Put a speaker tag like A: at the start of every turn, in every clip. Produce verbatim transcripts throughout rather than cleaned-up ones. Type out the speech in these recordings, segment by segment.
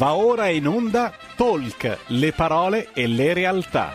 A: Va ora in onda Talk, le parole e le realtà.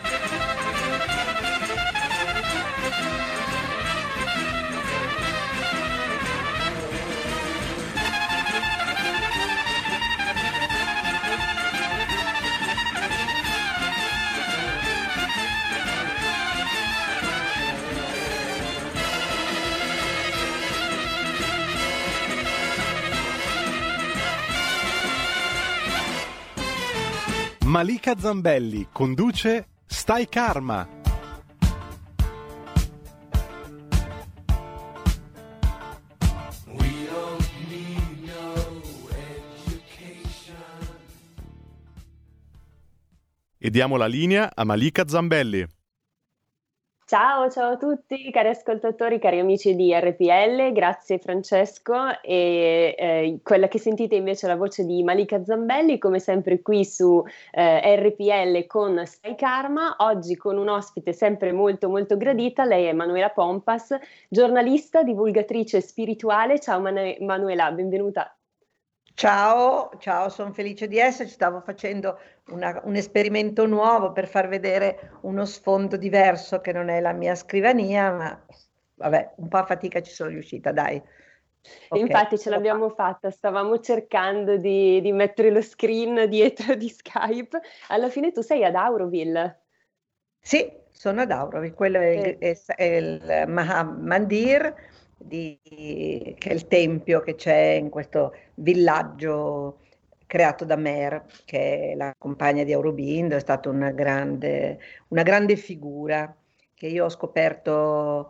A: Malika Zambelli conduce Stai Karma. E diamo la linea a Malika Zambelli.
B: Ciao, ciao a tutti cari ascoltatori, cari amici di R P L, grazie Francesco e eh, quella che sentite invece è la voce di Malika Zambelli, come sempre qui su eh, R P L con Stai Karma, oggi con un ospite sempre molto molto gradita, lei è Manuela Pompas, giornalista, divulgatrice spirituale. Ciao Manu- Manuela, benvenuta.
C: Ciao, ciao, sono felice di esserci, stavo facendo una- un esperimento nuovo per far vedere uno sfondo diverso che non è la mia scrivania, ma vabbè, un po' a fatica ci sono riuscita, dai. Ok,
B: Infatti ce
C: ce l'ho
B: l'abbiamo fatta, stavamo cercando di, di mettere lo screen dietro di Skype, alla fine tu sei ad Auroville.
C: Sì, sono ad Auroville, quello è il,
B: Eh,
C: è- è il Maha Mandir, di- che è il tempio che c'è in questo villaggio creato da Mer, che è la compagna di Aurobindo, è stata una grande, una grande figura che io ho scoperto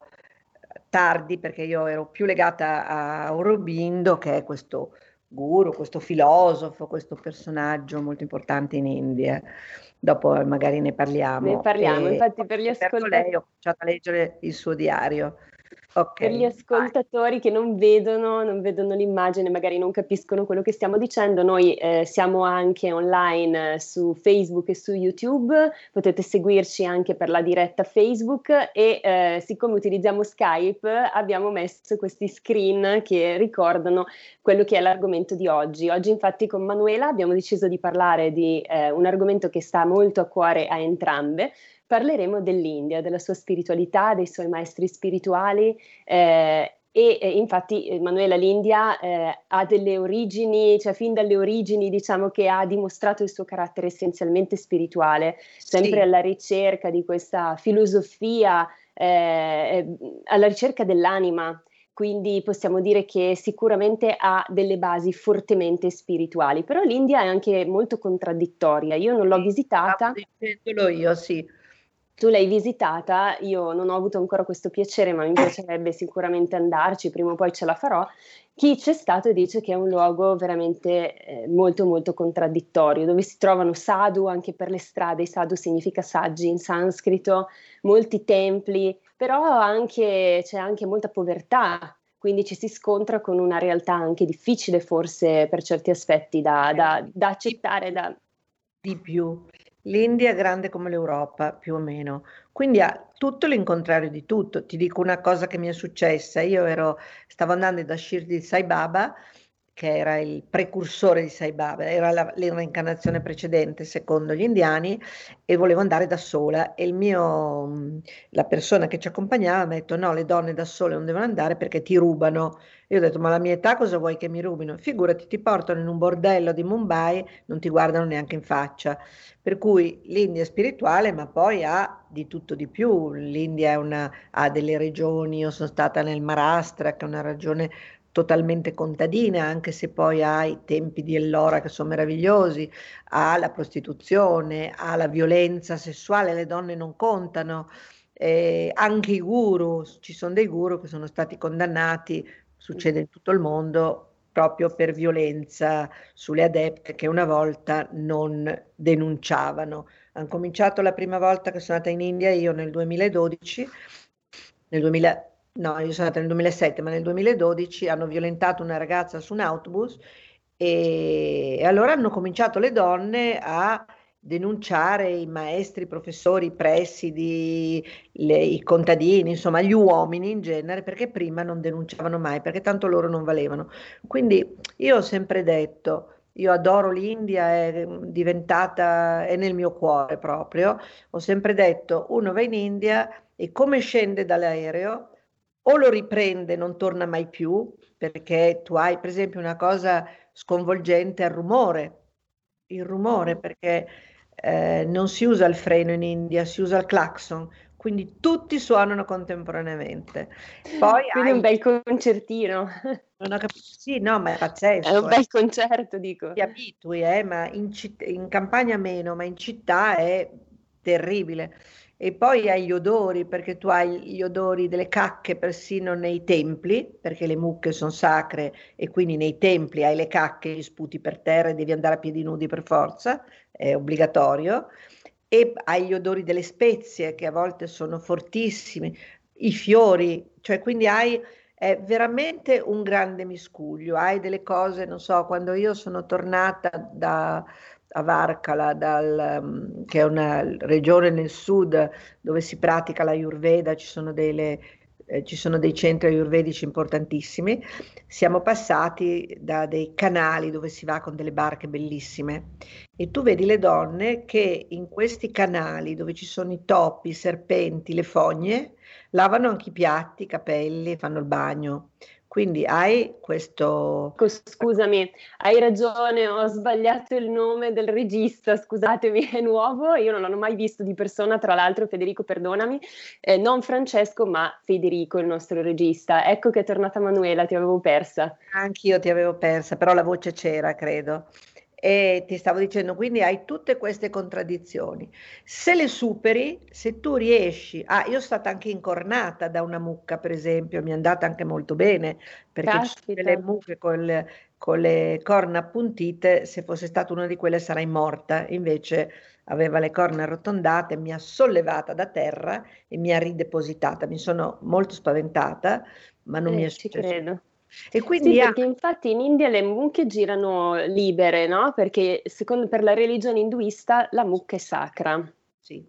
C: tardi perché io ero più legata a Aurobindo, che è questo guru, questo filosofo, questo personaggio molto importante in India. Dopo magari ne
B: Ne
C: parliamo.
B: parliamo,
C: E
B: infatti
C: ho
B: per gli
C: scoperto
B: ascoltatori.
C: lei, ho cominciato a leggere il suo diario.
B: Per gli
C: Ok, vai.
B: ascoltatori che non vedono, non vedono l'immagine, magari non capiscono quello che stiamo dicendo, noi eh, siamo anche online eh, su Facebook e su YouTube, potete seguirci anche per la diretta Facebook e eh, siccome utilizziamo Skype abbiamo messo questi screen che ricordano quello che è l'argomento di oggi. Oggi infatti con Manuela abbiamo deciso di parlare di eh, un argomento che sta molto a cuore a entrambe. Parleremo dell'India, della sua spiritualità, dei suoi maestri spirituali eh, e eh, infatti Emanuela l'India eh, ha delle origini, cioè fin dalle origini diciamo che ha dimostrato il suo carattere essenzialmente spirituale, sempre
C: Sì,
B: alla ricerca di questa filosofia, eh, alla ricerca dell'anima. Quindi possiamo dire che sicuramente ha delle basi fortemente spirituali, però l'India è anche molto contraddittoria. Io non l'ho
C: sì, stavo
B: visitata.
C: dicendolo io, sì.
B: Tu l'hai visitata, io non ho avuto ancora questo piacere, ma mi piacerebbe sicuramente andarci, prima o poi ce la farò. Chi c'è stato dice che è un luogo veramente eh, molto molto contraddittorio, dove si trovano sadhu anche per le strade, sadhu significa saggi in sanscrito, molti templi, però anche, c'è anche molta povertà, quindi ci si scontra con una realtà anche difficile forse per certi aspetti da,
C: Eh,
B: da- da
C: Di
B: accettare.
C: più,
B: Da...
C: di più. L'India è grande come l'Europa, più o meno. Quindi ha tutto l'incontrario di tutto. Ti dico una cosa che mi è successa. Io ero, stavo andando da Shirdi Sai Baba, che era il precursore di Sai Baba, era la, la reincarnazione precedente, secondo gli indiani, e volevo andare da sola. E il mio, mh, la persona che ci accompagnava mi ha detto: no, le donne da sole non devono andare perché ti rubano. Io ho detto: ma alla mia età cosa vuoi che mi rubino? Figurati, ti portano in un bordello di Mumbai, non ti guardano neanche in faccia. Per cui l'India è spirituale, ma poi ha di tutto di più. L'India è una- ha delle regioni, io sono stata nel Maharashtra, che è una regione totalmente contadina, anche se poi ha i tempi di Ellora che sono meravigliosi, ha la prostituzione, ha la violenza sessuale, le donne non contano. Eh, anche i guru, ci sono dei guru che sono stati condannati, succede in tutto il mondo, proprio per violenza sulle adepte che una volta non denunciavano. Hanno cominciato la prima volta che sono andata in India io nel duemiladodici, nel duemila, no, io sono andata nel duemilasette, ma nel duemiladodici hanno violentato una ragazza su un autobus e, e allora hanno cominciato le donne a denunciare i maestri, i professori, i presidi, le- i contadini, insomma gli uomini in genere, perché prima non denunciavano mai, perché tanto loro non valevano. Quindi io ho sempre detto, io adoro l'India, è diventata, è nel mio cuore proprio. Ho sempre detto, uno va in India e come scende dall'aereo, o lo riprende, non torna mai più, perché tu hai, per esempio, una cosa sconvolgente, è il rumore, il rumore, perché eh, non si usa il freno in India, si usa il clacson, quindi tutti suonano contemporaneamente. Poi
B: Quindi un
C: hai,
B: bel concertino.
C: non ho capito, sì, no, ma è
B: È un
C: pazzesco, eh.
B: bel concerto, dico.
C: Ti abitui, eh, ma in, citt- in campagna meno, ma in città è terribile. E poi hai gli odori, perché tu hai gli odori delle cacche persino nei templi, perché le mucche sono sacre e quindi nei templi hai le cacche, gli sputi per terra e devi andare a piedi nudi per forza, è obbligatorio. E hai gli odori delle spezie che a volte sono fortissimi, i fiori, cioè quindi hai è veramente un grande miscuglio. Hai delle cose, non so, quando io sono tornata da, a Varkala, dal, um, che è una regione nel sud dove si pratica la Ayurveda, ci sono delle, eh, ci sono dei centri ayurvedici importantissimi. Siamo passati da dei canali dove si va con delle barche bellissime e tu vedi le donne che in questi canali dove ci sono i topi, i serpenti, le fogne, lavano anche i piatti, i capelli, fanno il bagno. Quindi hai questo...
B: Ecco, scusami, hai ragione, ho sbagliato il nome del regista, scusatemi, è nuovo, io non l'ho mai visto di persona, tra l'altro Federico, perdonami, eh, non Francesco, ma Federico, il nostro regista. Ecco che è tornata Manuela, ti avevo persa.
C: Anch'io ti avevo persa, però la voce c'era, credo. E ti stavo dicendo, quindi hai tutte queste contraddizioni. Se le superi, se tu riesci, ah, io sono stata anche incornata da una mucca, per esempio, mi è andata anche molto bene, perché ci sono delle
B: Caspita.
C: mucche con le, con le corna appuntite, se fosse stata una di quelle sarei morta, invece aveva le corna arrotondate, mi ha sollevata da terra e mi ha ridepositata. Mi sono molto spaventata, ma non mi è
B: Eh, ci
C: successo.
B: credo.
C: E
B: Sì,
C: quindi
B: perché
C: anche,
B: infatti in India le mucche girano libere, no? Perché secondo per la religione induista la mucca è sacra.
C: sì.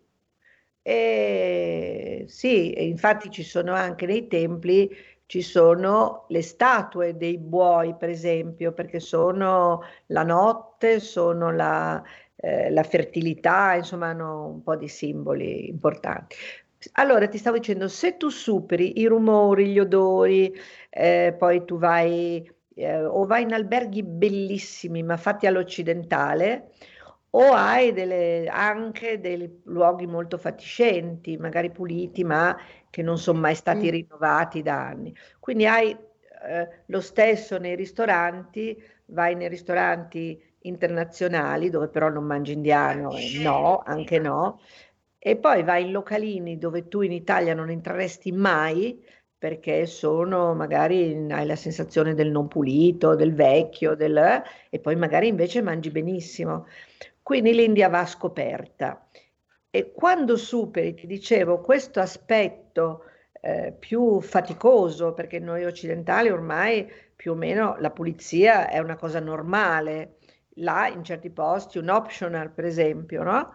C: E, sì, e infatti ci sono anche nei templi, ci sono le statue dei buoi, per esempio, perché sono la notte, sono la, eh, la fertilità, insomma, hanno un po' di simboli importanti. Allora, ti stavo dicendo, se tu superi i rumori, gli odori, eh, poi tu vai, eh, o vai in alberghi bellissimi, ma fatti all'occidentale, o hai delle- anche dei luoghi molto fatiscenti, magari puliti, ma che non sono mai stati
B: Mm.
C: rinnovati da anni. Quindi hai eh, lo stesso nei ristoranti, vai nei ristoranti internazionali dove però non mangi indiano, e no, anche no, e poi vai in localini dove tu in Italia non entreresti mai perché sono magari hai la sensazione del non pulito, del vecchio, del, eh, e poi magari invece mangi benissimo. Quindi l'India va scoperta. E quando superi, ti dicevo, questo aspetto eh, più faticoso, perché noi occidentali ormai più o meno la pulizia è una cosa normale, là in certi posti un optional, per esempio, no?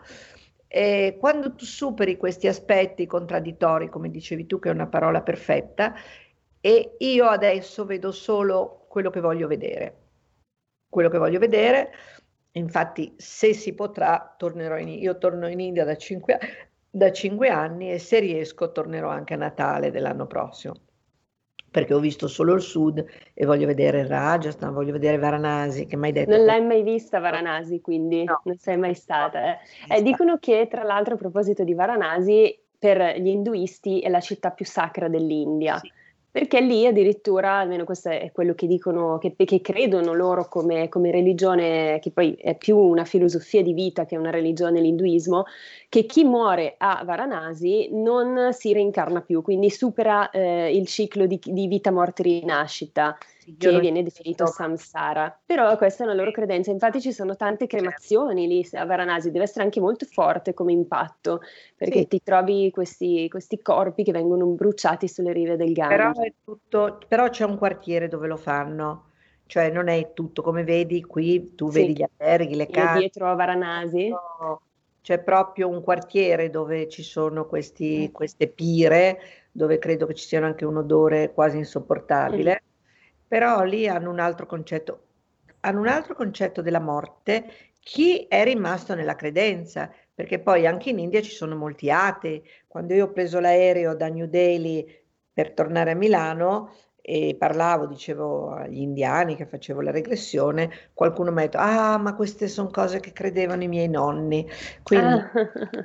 C: E quando tu superi questi aspetti contraddittori, come dicevi tu, che è una parola perfetta, e io adesso vedo solo quello che voglio vedere. Quello che voglio vedere, infatti, se si potrà, tornerò in Io torno in India da cinque, da cinque anni e se riesco tornerò anche a Natale dell'anno prossimo, perché ho visto solo il sud e voglio vedere il Rajasthan, voglio vedere Varanasi, che mi hai detto
B: Non
C: che...
B: l'hai mai vista Varanasi, quindi
C: No,
B: non sei mai stata. Eh. Eh,
C: no,
B: dicono che, tra l'altro, a proposito di Varanasi, per gli induisti è la città più sacra dell'India,
C: sì.
B: perché lì addirittura, almeno questo è quello che dicono, che, che credono loro come, come religione, che poi è più una filosofia di vita che una religione, l'induismo, che chi muore a Varanasi non si reincarna più, quindi supera eh, il ciclo di, di vita, morte, rinascita
C: Sì, io
B: che
C: non ci
B: viene definito
C: credo, ma
B: samsara. Però questa è una loro credenza, infatti ci sono tante
C: certo.
B: cremazioni lì a Varanasi, deve essere anche molto forte come impatto,
C: Sì,
B: perché ti trovi questi, questi corpi che vengono bruciati sulle rive del
C: però
B: Gange.
C: è tutto, però c'è un quartiere dove lo fanno, cioè non è tutto, come vedi qui, tu vedi
B: Sì,
C: gli alberghi, le
B: io
C: case,
B: dietro a Varanasi.
C: no, c'è proprio un quartiere dove ci sono questi, queste pire, dove credo che ci siano anche un odore quasi
B: Mm.
C: insopportabile, però lì hanno un altro concetto. hanno un altro concetto della morte chi è rimasto nella credenza, perché poi anche in India ci sono molti atei. Quando io ho preso l'aereo da New Delhi per tornare a Milano e parlavo, dicevo agli indiani che facevo la regressione, qualcuno mi ha detto, ah, ma queste sono cose che credevano i miei nonni. Quindi
B: Ah.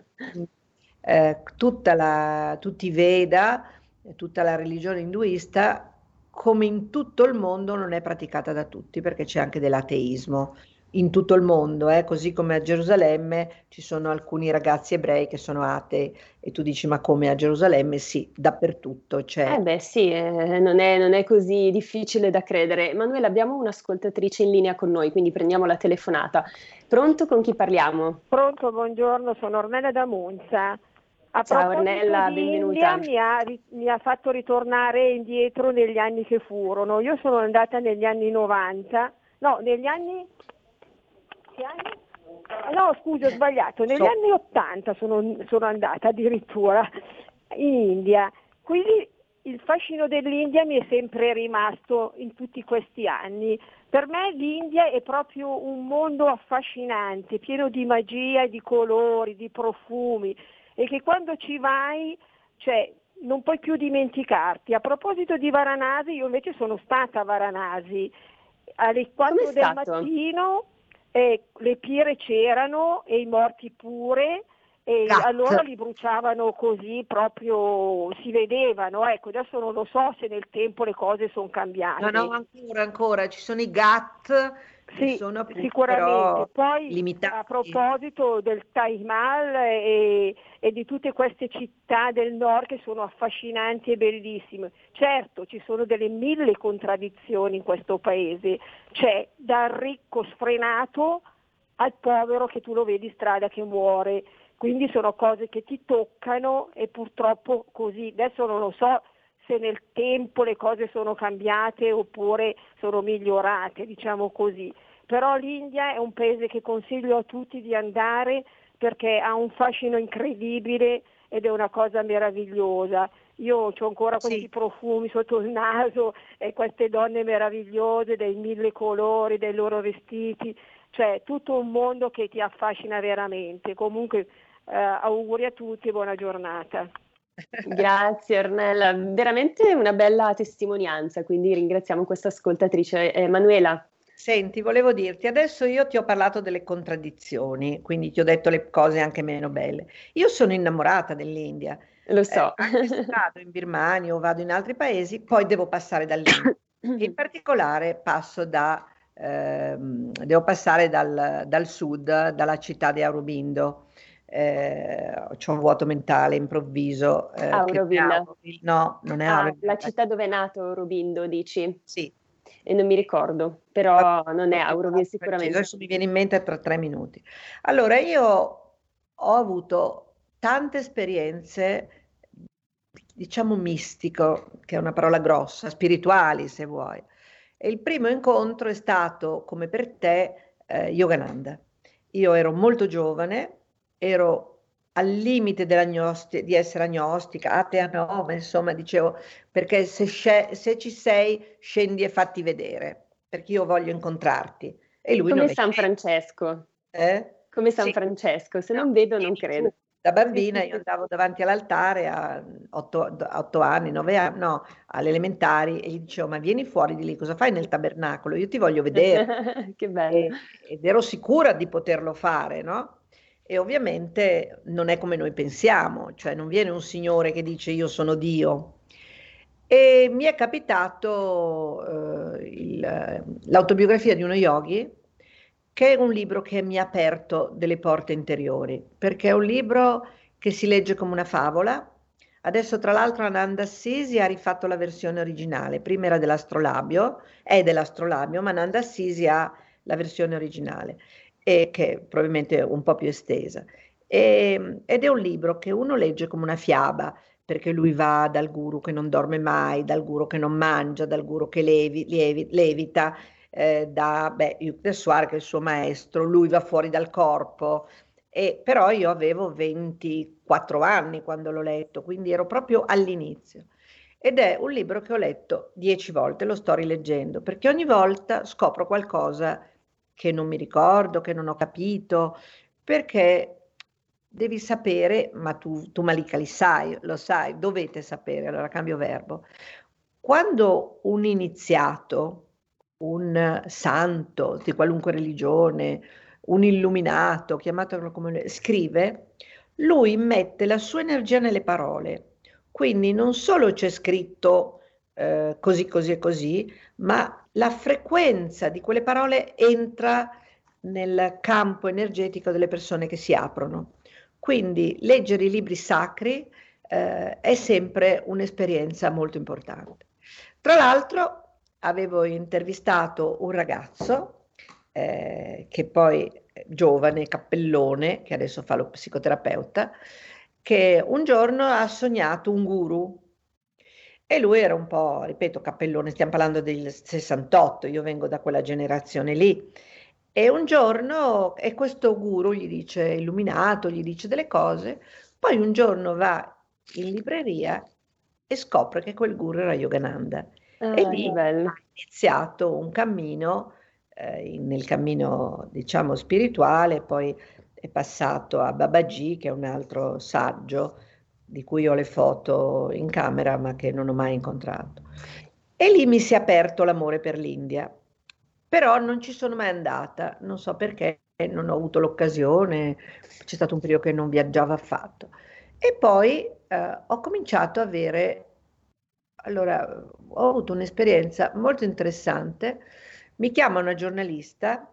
C: eh, tutta la, tutti i Veda, tutta la religione induista, come in tutto il mondo, non è praticata da tutti, perché c'è anche dell'ateismo in tutto il mondo, eh, così come a Gerusalemme ci sono alcuni ragazzi ebrei che sono atei e tu dici ma come a Gerusalemme? Sì, dappertutto
B: Eh
C: c'è.
B: beh sì, eh, non è, non è così difficile da credere. Emanuele, abbiamo un'ascoltatrice in linea con noi, quindi prendiamo la telefonata. Pronto, con chi parliamo?
D: Pronto, buongiorno, sono Ornella da Monza. A
B: Ciao
D: proposito
B: Ornella,
D: di India,
B: benvenuta.
D: mi ha, ri- mi ha fatto ritornare indietro negli anni che furono. Io sono andata negli anni novanta, no, negli anni... Che anni? No, scusi, ho sbagliato, negli
C: So-
D: anni ottanta sono, sono andata addirittura in India. Quindi il fascino dell'India mi è sempre rimasto in tutti questi anni. Per me l'India è proprio un mondo affascinante, pieno di magia, di colori, di profumi e che quando ci vai, cioè, non puoi più dimenticarti. A proposito di Varanasi, io invece sono stata a Varanasi alle
B: Com'è
D: quattro del
B: stato?
D: mattino, eh, le pire c'erano e i morti pure. E allora
C: Gat.
D: li bruciavano così, proprio si vedevano, ecco, adesso non lo so se nel tempo le cose sono
C: No, no,
D: cambiate.
C: ancora, ancora, ci sono i Gat che
D: Sì,
C: sono appunto
D: sicuramente.
C: però
D: Poi a
C: limitati.
D: proposito del Taj Mahal e, e di tutte queste città del nord che sono affascinanti e bellissime, certo ci sono delle mille contraddizioni in questo paese, c'è dal ricco sfrenato al povero che tu lo vedi in strada che muore, quindi sono cose che ti toccano e purtroppo così. Adesso non lo so se nel tempo le cose sono cambiate oppure sono migliorate, diciamo così. Però l'India è un paese che consiglio a tutti di andare perché ha un fascino incredibile ed è una cosa meravigliosa. Io ho ancora questi
C: Sì.
D: profumi sotto il naso e queste donne meravigliose dei mille colori, dei loro vestiti, cioè tutto un mondo che ti affascina veramente. Comunque eh, auguri a tutti e buona giornata.
B: Grazie Ornella, veramente una bella testimonianza, quindi ringraziamo questa ascoltatrice. Emanuela.
C: Senti, volevo dirti, adesso io ti ho parlato delle contraddizioni, quindi ti ho detto le cose anche meno belle. Io sono innamorata dell'India,
B: Lo
C: eh,
B: so.
C: anche se vado in Birmania o vado in altri paesi, poi devo passare dall'India. E in particolare passo da, ehm, devo passare dal, dal sud, dalla città di Aurobindo. Eh, c'ho un vuoto mentale improvviso, eh, che non è
B: Auroville.
C: Auroville, no, non è
B: Ah,
C: Auroville.
B: la città dove è nato Aurobindo, dici?
C: Sì.
B: E non mi ricordo,
C: Vabbè,
B: però non è
C: dopo
B: Auroville
C: imparare il francese.
B: sicuramente.
C: Adesso mi viene in mente tra tre minuti. Allora, io ho avuto tante esperienze, diciamo mistico, che è una parola grossa, spirituali se vuoi. E il primo incontro è stato, come per te, eh, Yogananda. Io ero molto giovane, ero al limite dell'agnosti- di essere agnostica, atea no, ma insomma dicevo, perché se, sce- se ci sei, scendi e fatti vedere, perché io voglio incontrarti. E lui non
B: Come
C: è
B: San
C: sceso.
B: Francesco,
C: Eh?
B: come San
C: Sì.
B: Francesco, se
C: No,
B: non vedo non
C: vieni giù.
B: credo.
C: Da
B: Sì,
C: bambina
B: sì,
C: io
B: sì.
C: andavo davanti all'altare a otto, a otto anni, nove anni, no, alle elementari e gli dicevo, ma vieni fuori di lì, cosa fai nel tabernacolo? Io ti voglio vedere.
B: Che bello.
C: E- ed ero sicura di poterlo fare, no? E ovviamente non è come noi pensiamo, cioè non viene un signore che dice io sono Dio. E mi è capitato eh, il- l'autobiografia di uno yogi, che è un libro che mi ha aperto delle porte interiori, perché è un libro che si legge come una favola. Adesso, tra l'altro, Ananda Assisi ha rifatto la versione originale. Prima era dell'astrolabio, è dell'astrolabio, ma Ananda Assisi ha la versione originale, e che probabilmente è un po' più estesa. E- ed è un libro che uno legge come una fiaba, perché lui va dal guru che non dorme mai, dal guru che non mangia, dal guru che levi- lievi- levita, eh, da beh, Yukteswar, che è il suo maestro, lui va fuori dal corpo. E, però io avevo ventiquattro anni quando l'ho letto, quindi ero proprio all'inizio. ed è un libro che ho letto dieci volte, lo sto rileggendo, perché ogni volta scopro qualcosa che non mi ricordo, che non ho capito, perché devi sapere, ma tu, tu Malika li sai, lo sai, dovete sapere, allora cambio verbo. Quando un iniziato, un santo di qualunque religione, un illuminato, chiamatelo come scrive, lui mette la sua energia nelle parole. Quindi non solo c'è scritto eh, così, così e così, ma la frequenza di quelle parole entra nel campo energetico delle persone che si aprono. Quindi leggere i libri sacri eh, è sempre un'esperienza molto importante. Tra l'altro avevo intervistato un ragazzo eh, che poi giovane, cappellone, che adesso fa lo psicoterapeuta, che un giorno ha sognato un guru e lui era un po', ripeto, cappellone, stiamo parlando del sessantotto, io vengo da quella generazione lì. E un giorno, e questo guru gli dice, illuminato, gli dice delle cose, poi un giorno va in libreria e scopre che quel guru era Yogananda. E
B: Ah,
C: lì
B: che bello.
C: ha iniziato un cammino, eh, nel cammino diciamo spirituale, poi è passato a Babaji, che è un altro saggio di cui ho le foto in camera ma che non ho mai incontrato. E lì mi si è aperto l'amore per l'India, però non ci sono mai andata, non so perché, non ho avuto l'occasione, c'è stato un periodo che non viaggiavo affatto. E poi eh, ho cominciato a avere, allora, ho avuto un'esperienza molto interessante. Mi chiama una giornalista,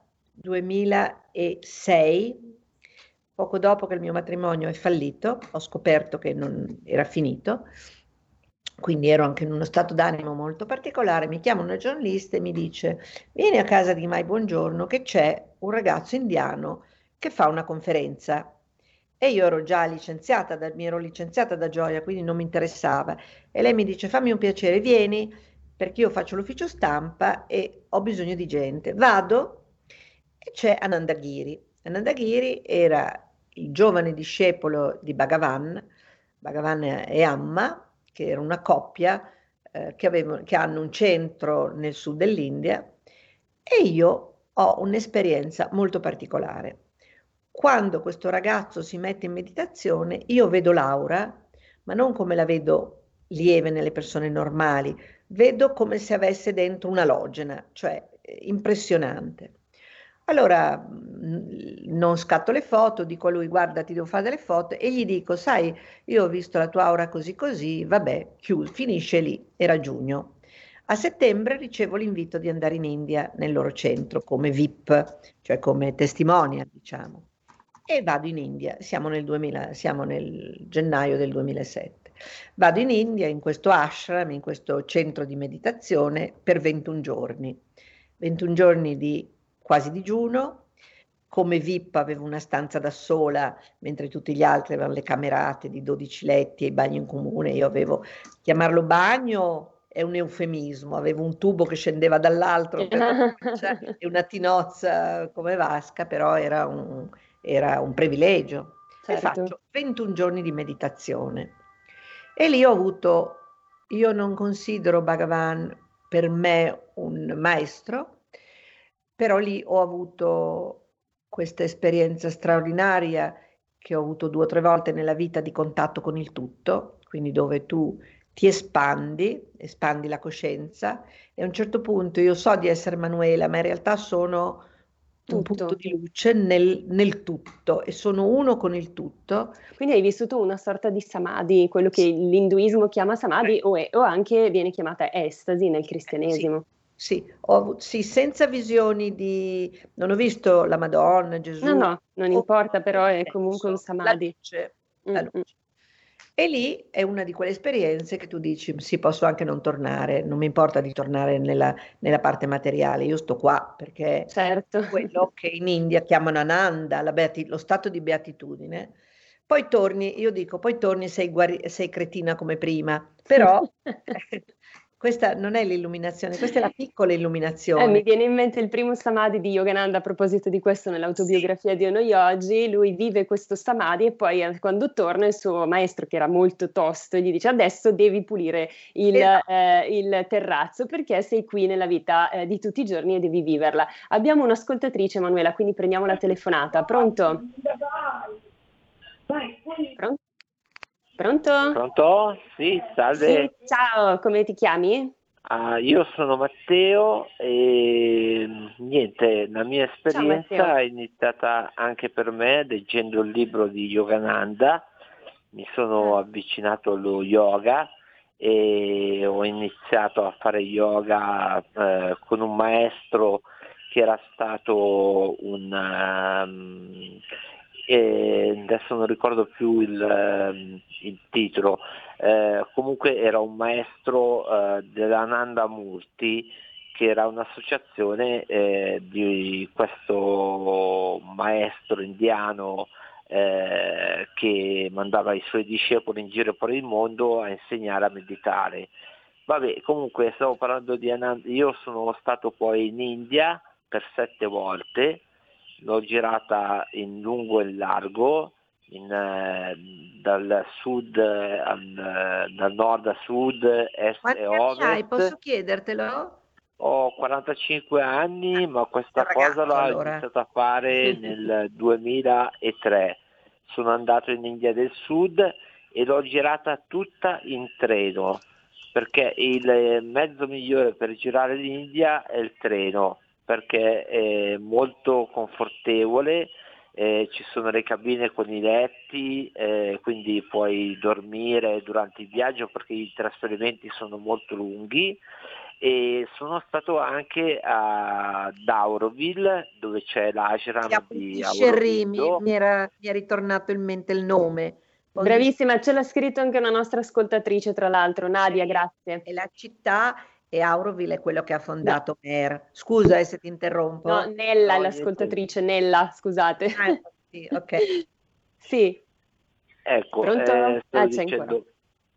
C: duemilasei, poco dopo che il mio matrimonio è fallito, ho scoperto che non era finito, quindi ero anche in uno stato d'animo molto particolare. Mi chiama una giornalista e mi dice: vieni a casa di Mai Buongiorno che c'è un ragazzo indiano che fa una conferenza. E io ero già licenziata, da, mi ero licenziata da Gioia, quindi non mi interessava. E lei mi dice: fammi un piacere, vieni, perché io faccio l'ufficio stampa e ho bisogno di gente. Vado e c'è Ananda Giri. Ananda Giri era il giovane discepolo di Bhagavan, Bhagavan e Amma, che era una coppia eh, che, avevano, che hanno un centro nel sud dell'India, e io ho un'esperienza molto particolare. Quando questo ragazzo si mette in meditazione, io vedo l'aura, ma non come la vedo lieve nelle persone normali, vedo come se avesse dentro una logena, cioè impressionante. Allora non scatto le foto, dico a lui: guarda, ti devo fare delle foto, e gli dico: sai, io ho visto la tua aura così così, vabbè, chiuso, finisce lì, era giugno. A settembre ricevo l'invito di andare in India nel loro centro come V I P, cioè come testimonial, diciamo. E vado in India, siamo nel duemila, siamo nel gennaio del duemilasette. Vado in India, in questo ashram, in questo centro di meditazione per ventuno giorni. ventuno giorni di quasi digiuno. Come V I P avevo una stanza da sola, mentre tutti gli altri avevano le camerate di dodici letti e i bagni in comune. Io avevo, chiamarlo bagno è un eufemismo, avevo un tubo che scendeva dall'altro per la doccia e una tinozza come vasca, però era un, era un privilegio.
B: Certo.
C: E faccio ventuno giorni di meditazione. E lì ho avuto, io non considero Bhagavan per me un maestro, però lì ho avuto questa esperienza straordinaria che ho avuto due o tre volte nella vita di contatto con il tutto, quindi dove tu ti espandi, espandi la coscienza, e a un certo punto io so di essere Manuela, ma in realtà sono un
B: Tutto.
C: punto di luce nel, nel tutto e sono uno con il tutto.
B: Quindi hai vissuto una sorta di samadhi, quello che l'induismo chiama samadhi, o, è, o anche viene chiamata estasi nel cristianesimo.
C: Sì, sì, ho avuto, sì, senza visioni di... non ho visto la Madonna, Gesù.
B: No, no, non
C: ho-
B: importa, però è comunque un
C: la
B: samadhi.
C: luce, la
B: Mm, mm.
C: luce. E lì è una di quelle esperienze che tu dici: sì, posso anche non tornare, non mi importa di tornare nella, nella parte materiale, io sto qua perché
B: Certo.
C: quello che in India chiamano Ananda, la beati- lo stato di beatitudine. Poi torni, io dico, poi torni, sei, guari- sei cretina come prima, però questa non è l'illuminazione, questa è la piccola illuminazione.
B: Eh, mi viene in mente il primo samadhi di Yogananda a proposito di questo nell'autobiografia sì. di Ono Yogi. Lui vive questo samadhi e poi eh, quando torna il suo maestro, che era molto tosto, gli dice: adesso devi pulire il, esatto. eh, il terrazzo perché sei qui nella vita eh, di tutti i giorni e devi viverla. Abbiamo un'ascoltatrice, Manuela, quindi prendiamo la telefonata. Pronto? Pronto? Pronto?
E: Pronto? Sì, salve.
B: Sì, ciao, come ti chiami?
E: Uh, io sono Matteo e niente, la mia esperienza
B: ciao,
E: è iniziata anche per me leggendo il libro di Yogananda. Mi sono avvicinato allo yoga e ho iniziato a fare yoga eh, con un maestro che era stato un... Um, e adesso non ricordo più il, il titolo, eh, comunque era un maestro eh, dell'Ananda Murti, che era un'associazione eh, di questo maestro indiano eh, che mandava i suoi discepoli in giro per il mondo a insegnare a meditare. Vabbè, comunque stavo parlando di Ananda. Io sono stato poi in India per sette volte. L'ho girata in lungo e in largo, in, eh, dal sud al, dal nord a sud, est
C: Quanti
E: e
C: anni
E: ovest.
C: hai? Posso chiedertelo?
E: Ho quarantacinque anni, ma questa
C: ragazzo,
E: cosa l'ho
C: allora.
E: iniziata a fare nel duemilatré. Sono andato in India del Sud e l'ho girata tutta in treno, perché il mezzo migliore per girare l'India è il treno, perché è molto confortevole, eh, ci sono le cabine con i letti, eh, quindi puoi dormire durante il viaggio perché i trasferimenti sono molto lunghi. E sono stato anche ad Auroville, dove c'è l'ashram di Aurobindo.
C: Mi, mi, era, mi è ritornato in mente il nome.
B: Poi... Bravissima, ce l'ha scritto anche una nostra ascoltatrice, tra l'altro, Nadia,
C: e,
B: grazie.
C: E la città, e Auroville è quello che ha fondato no. Mer. Scusa eh, se ti interrompo.
B: No, Nella,
E: no,
B: l'ascoltatrice, niente. Nella, scusate.
C: Ah, sì, ok.
B: Sì.
E: Ecco,
B: pronto?
E: Eh,
B: ah,
E: c'è
B: dicendo...
E: ancora.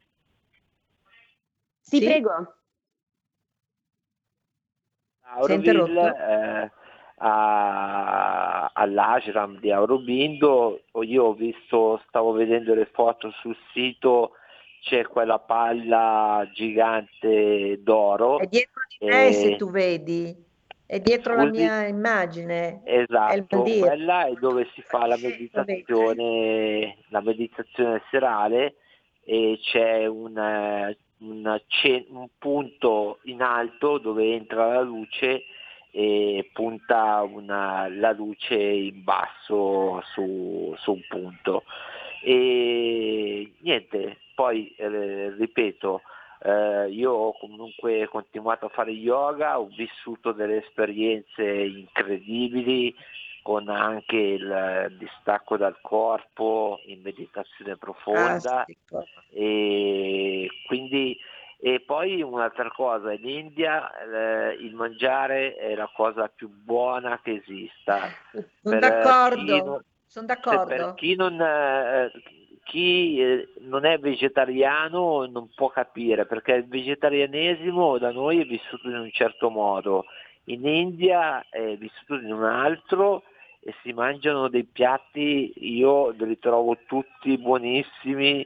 B: Sì, sì, prego.
E: Auroville, eh, a, all'ashram di Aurobindo, io ho visto, stavo vedendo le foto sul sito, c'è quella palla gigante d'oro.
C: È dietro di me, e... se tu vedi, è dietro
E: Scusi?
C: la mia immagine.
E: Esatto, è quella è dove si fa la meditazione, la meditazione serale, e c'è un Un, un punto in alto dove entra la luce e punta una, la luce in basso su, su un punto. E niente, poi eh, ripeto, eh, io ho comunque continuato a fare yoga, ho vissuto delle esperienze incredibili, con anche il distacco dal corpo in meditazione profonda. Ah, e quindi e poi un'altra cosa, in India eh, il mangiare è la cosa più buona che esista.
C: Sono d'accordo, sono d'accordo.
E: Per chi non eh, chi eh, non è vegetariano non può capire, perché il vegetarianesimo da noi è vissuto in un certo modo, in India è vissuto in un altro, e si mangiano dei piatti, io li trovo tutti buonissimi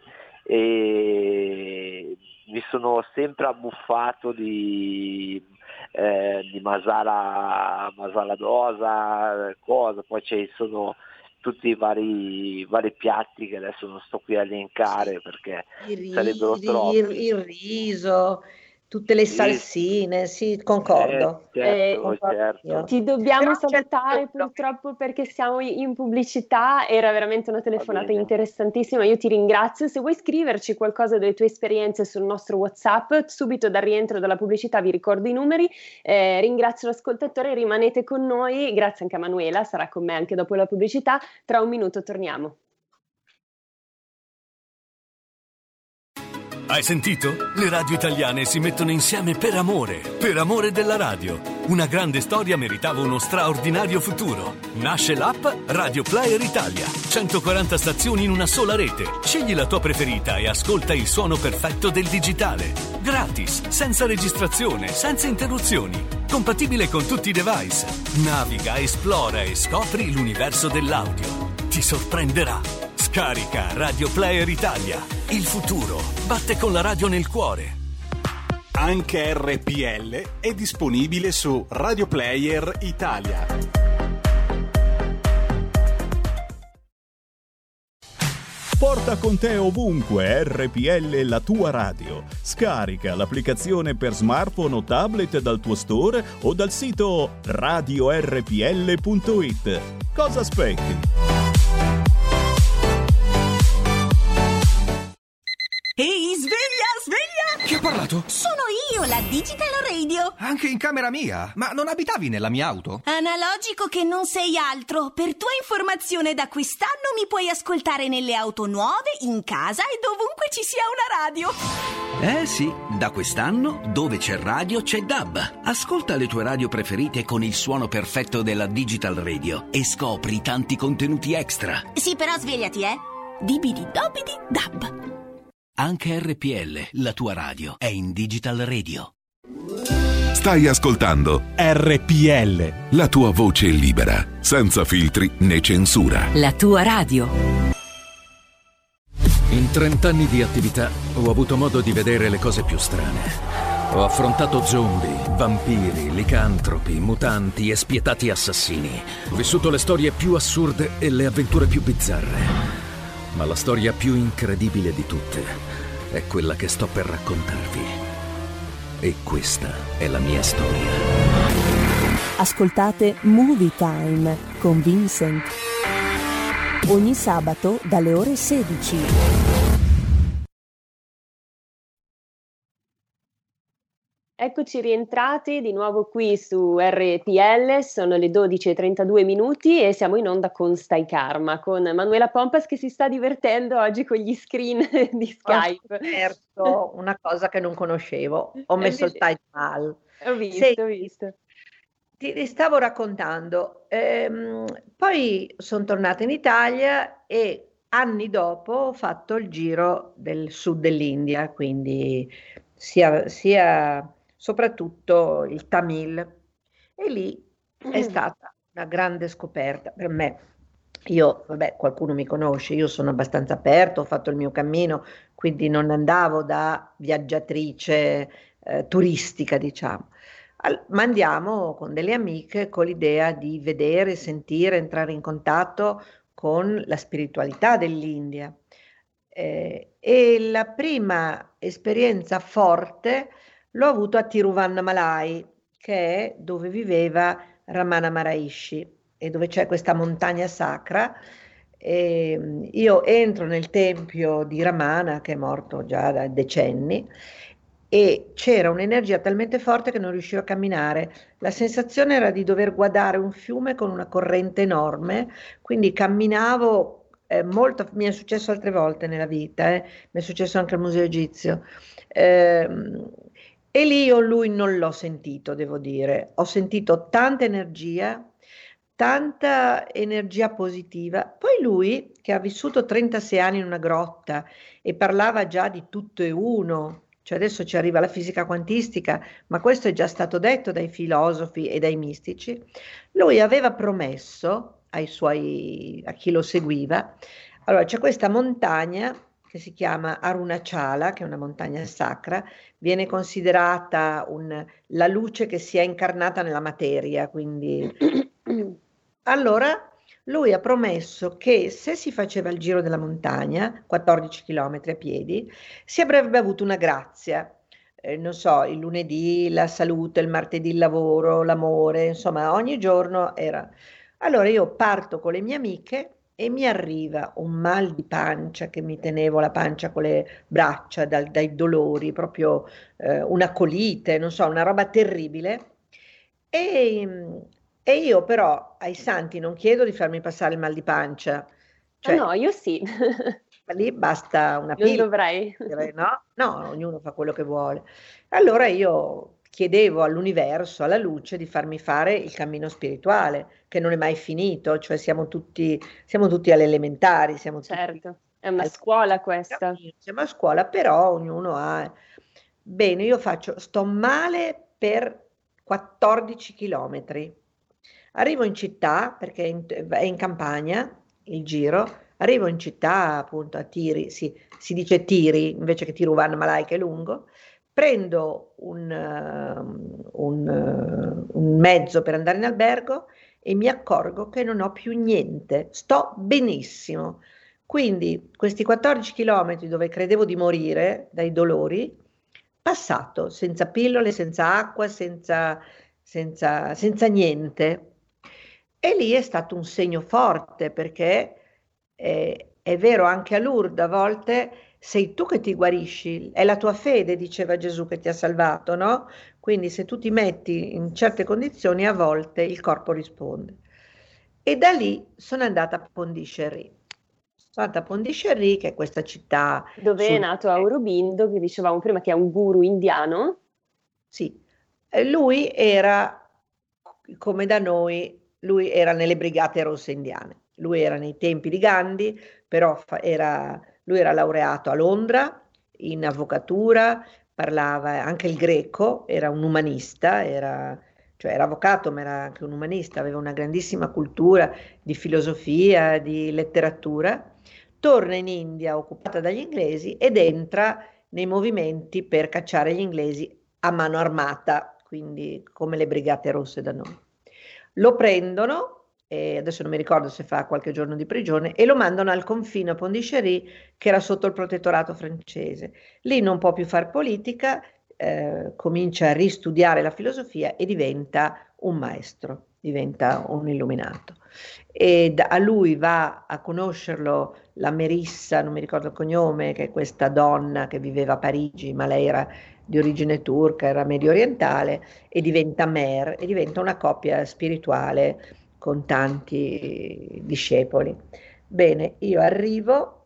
E: e mi sono sempre abbuffato di, eh, di masala, masala dosa, cosa, poi ci sono tutti i vari, vari piatti che adesso non sto qui a elencare perché
C: il,
E: sarebbero
C: il,
E: troppi.
C: Il, il riso, tutte le salsine, sì, concordo.
E: Eh, certo,
C: eh, concordo
E: certo.
B: Ti dobbiamo
C: Però
B: salutare
C: certo.
B: purtroppo perché siamo in pubblicità, era veramente una telefonata interessantissima, io ti ringrazio. Se vuoi scriverci qualcosa delle tue esperienze sul nostro WhatsApp, subito dal rientro dalla pubblicità vi ricordo i numeri, eh, ringrazio l'ascoltatore, rimanete con noi, grazie anche a Manuela, sarà con me anche dopo la pubblicità, tra un minuto torniamo.
F: Hai sentito? Le radio italiane si mettono insieme per amore, per amore della radio. Una grande storia meritava uno straordinario futuro. Nasce l'app Radio Player Italia. centoquaranta stazioni in una sola rete. Scegli la tua preferita e ascolta il suono perfetto del digitale. Gratis, senza registrazione, senza interruzioni. Compatibile con tutti i device. Naviga, esplora e scopri l'universo dell'audio. Ti sorprenderà. Scarica Radio Player Italia. Il futuro batte con la radio nel cuore.
A: Anche R P L è disponibile su Radio Player Italia.
G: Porta con te ovunque R P L, la tua radio. Scarica l'applicazione per smartphone o tablet dal tuo store o dal sito radio r p l punto i t. Cosa aspetti?
H: Ehi, sveglia, sveglia!
I: Chi ha parlato?
H: Sono io, la Digital Radio.
I: Anche in camera mia? Ma non abitavi nella mia auto?
H: Analogico che non sei altro. Per tua informazione, da quest'anno mi puoi ascoltare nelle auto nuove, in casa e dovunque ci sia una radio.
J: Eh sì, da quest'anno dove c'è radio c'è D A B. Ascolta le tue radio preferite con il suono perfetto della Digital Radio e scopri tanti contenuti extra.
H: Sì, però svegliati, eh. Dibidi dobidi D A B.
J: Anche R P L, la tua radio, è in Digital Radio.
K: Stai ascoltando
A: R P L,
K: la tua voce libera, senza filtri né censura.
L: La tua radio.
M: In trent'anni di attività ho avuto modo di vedere le cose più strane. Ho affrontato zombie, vampiri, licantropi, mutanti e spietati assassini. Ho vissuto le storie più assurde e le avventure più bizzarre. Ma la storia più incredibile di tutte è quella che sto per raccontarvi. E questa è la mia storia.
L: Ascoltate Movie Time con Vincent. Ogni sabato dalle ore sedici.
B: Eccoci rientrati di nuovo qui su R P L, sono le dodici e trentadue minuti e siamo in onda con Stai Karma, con Manuela Pompas che si sta divertendo oggi con gli screen di Skype.
C: Ho scoperto una cosa che non conoscevo, ho messo il Taj Mahal.
B: Ho visto,
C: Sì,
B: ho visto.
C: Ti, ti stavo raccontando, ehm, poi sono tornata in Italia e anni dopo ho fatto il giro del sud dell'India, quindi sia... sia soprattutto il Tamil, e lì è stata una grande scoperta per me. Io, vabbè, qualcuno mi conosce, io sono abbastanza aperto, ho fatto il mio cammino, quindi non andavo da viaggiatrice eh, turistica, diciamo. Al, ma andiamo con delle amiche con l'idea di vedere, sentire, entrare in contatto con la spiritualità dell'India. Eh, e la prima esperienza forte l'ho avuto a Tiruvannamalai, che è dove viveva Ramana Maharishi e dove c'è questa montagna sacra. E io entro nel tempio di Ramana, che è morto già da decenni, e c'era un'energia talmente forte che non riuscivo a camminare. La sensazione era di dover guardare un fiume con una corrente enorme, quindi camminavo eh, molto. Mi è successo altre volte nella vita, eh. Mi è successo anche al Museo Egizio. Eh, E lì io lui non l'ho sentito, devo dire. Ho sentito tanta energia, tanta energia positiva. Poi lui, che ha vissuto trentasei anni in una grotta e parlava già di tutto e uno, cioè adesso ci arriva la fisica quantistica, ma questo è già stato detto dai filosofi e dai mistici, lui aveva promesso ai suoi, a chi lo seguiva, allora c'è questa montagna che si chiama Arunachala, che è una montagna sacra, viene considerata un, la luce che si è incarnata nella materia, quindi allora lui ha promesso che se si faceva il giro della montagna, quattordici chilometri a piedi, si avrebbe avuto una grazia, eh, non so, il lunedì la salute, il martedì il lavoro, l'amore, insomma ogni giorno era. Allora io parto con le mie amiche e mi arriva un mal di pancia, che mi tenevo la pancia con le braccia dal, dai dolori, proprio eh, una colite, non so, una roba terribile. E, e io però ai santi non chiedo di farmi passare il mal di pancia. Cioè,
B: ah no, io sì.
C: Ma lì basta una
B: Non
C: pillola.
B: dovrei.
C: No? No, ognuno fa quello che vuole. Allora io chiedevo all'universo, alla luce, di farmi fare il cammino spirituale, che non è mai finito, cioè siamo tutti, siamo tutti alle elementari, siamo
B: certo,
C: tutti
B: è una
C: al-
B: scuola questa.
C: siamo a scuola, però ognuno ha... Bene, io faccio, sto male per quattordici chilometri. Arrivo in città, perché è in, è in campagna il giro, arrivo in città appunto a Tiri, sì, si dice Tiri invece che Tiruvannamalai, che è lungo, prendo un, uh, un, uh, un mezzo per andare in albergo e mi accorgo che non ho più niente, sto benissimo. Quindi questi quattordici chilometri dove credevo di morire dai dolori, passato, senza pillole, senza acqua, senza, senza, senza niente. E lì è stato un segno forte, perché eh, è vero, anche a Lourdes a volte sei tu che ti guarisci, è la tua fede, diceva Gesù, che ti ha salvato, no? Quindi se tu ti metti in certe condizioni, a volte il corpo risponde. E da lì sono andata a Pondichéry. Sono andata a Pondichéry, che è questa città...
B: Dove
C: sul-
B: è nato Aurobindo, che dicevamo prima che è un guru indiano.
C: Sì, Eh, lui era come da noi, lui era nelle Brigate Rosse Indiane, lui era nei tempi di Gandhi, però fa- era, lui era laureato a Londra in avvocatura, parlava anche il greco, era un umanista, era, cioè era avvocato ma era anche un umanista, aveva una grandissima cultura di filosofia, di letteratura. Torna in India occupata dagli inglesi ed entra nei movimenti per cacciare gli inglesi a mano armata, quindi come le Brigate Rosse da noi. Lo prendono, e adesso non mi ricordo se fa qualche giorno di prigione, e lo mandano al confine a Pondichéry, che era sotto il protettorato francese. Lì non può più fare politica, eh, comincia a ristudiare la filosofia e diventa un maestro, diventa un illuminato. E da- a lui va a conoscerlo la Merissa, non mi ricordo il cognome, che è questa donna che viveva a Parigi, ma lei era di origine turca, era medio orientale, e diventa mer, e diventa una coppia spirituale con tanti discepoli. Bene, io arrivo,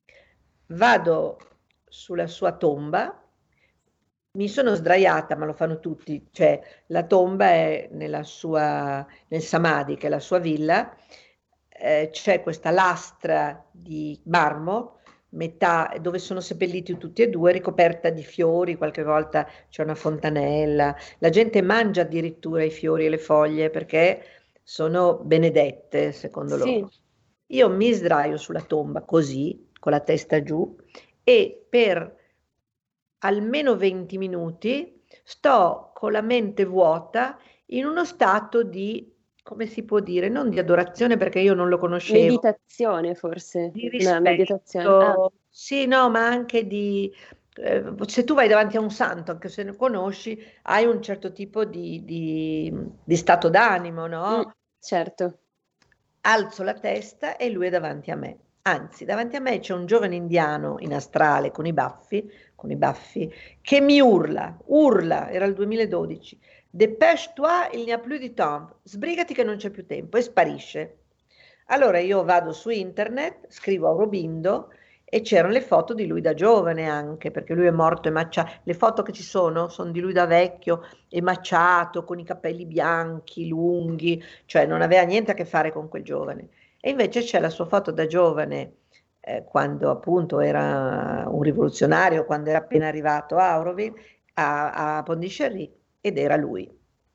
C: vado sulla sua tomba, mi sono sdraiata, ma lo fanno tutti, cioè la tomba è nella sua, nel Samadhi, che è la sua villa, eh, c'è questa lastra di marmo, metà dove sono seppelliti tutti e due, ricoperta di fiori, qualche volta c'è una fontanella, la gente mangia addirittura i fiori e le foglie perché sono benedette, secondo
B: Sì.
C: loro. Io mi sdraio sulla tomba così, con la testa giù, e per almeno venti minuti sto con la mente vuota in uno stato di, come si può dire, non di adorazione perché io non lo conoscevo,
B: Meditazione forse.
C: di
B: Una meditazione. Ah,
C: rispetto, sì, no, ma anche di, eh, se tu vai davanti a un santo, anche se ne conosci, hai un certo tipo di, di, di stato d'animo, no?
B: mm, certo.
C: Alzo la testa e lui è davanti a me. Anzi, davanti a me c'è un giovane indiano in astrale con i baffi, con i baffi, che mi urla, urla, era il duemiladodici, dépêche-toi, il n'y a plus de temps, sbrigati che non c'è più tempo, e sparisce. Allora io vado su internet, scrivo Aurobindo e c'erano le foto di lui da giovane anche, perché lui è morto emaciato. Le foto che ci sono sono di lui da vecchio, emaciato, con i capelli bianchi, lunghi, cioè non aveva niente a che fare con quel giovane. E invece c'è la sua foto da giovane, eh, quando appunto era un rivoluzionario, quando era appena arrivato a Auroville, a, a Pondichéry, ed era lui.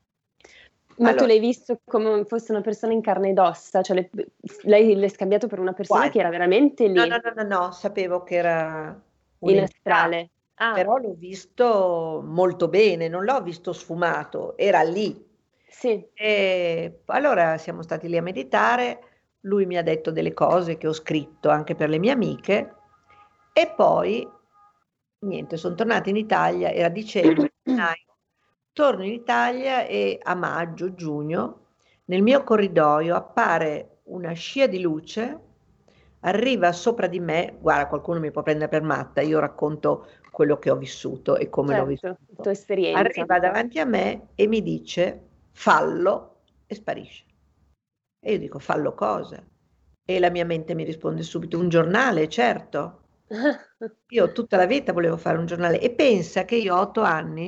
B: Ma
C: Allora,
B: tu l'hai visto come fosse una persona in carne ed ossa, cioè le- lei l'hai scambiato per una persona
C: quasi.
B: che era veramente lì,
C: No, no, no, no, no, sapevo che era
B: in
C: un'entità,
B: astrale. Ah,
C: però l'ho visto molto bene, non l'ho visto sfumato, era lì.
B: sì.
C: E allora siamo stati lì a meditare, lui mi ha detto delle cose che ho scritto anche per le mie amiche, e poi niente, sono tornata in Italia, era dicembre, gennaio. Torno in Italia e a maggio, giugno, nel mio corridoio appare una scia di luce, arriva sopra di me, guarda, qualcuno mi può prendere per matta, io racconto quello che ho vissuto e come l'ho
B: Certo,
C: vissuto.
B: tua esperienza.
C: Arriva davanti a me e mi dice fallo, e sparisce. E io dico fallo cosa? E la mia mente mi risponde subito un giornale, certo. Io tutta la vita volevo fare un giornale, e pensa che io a otto anni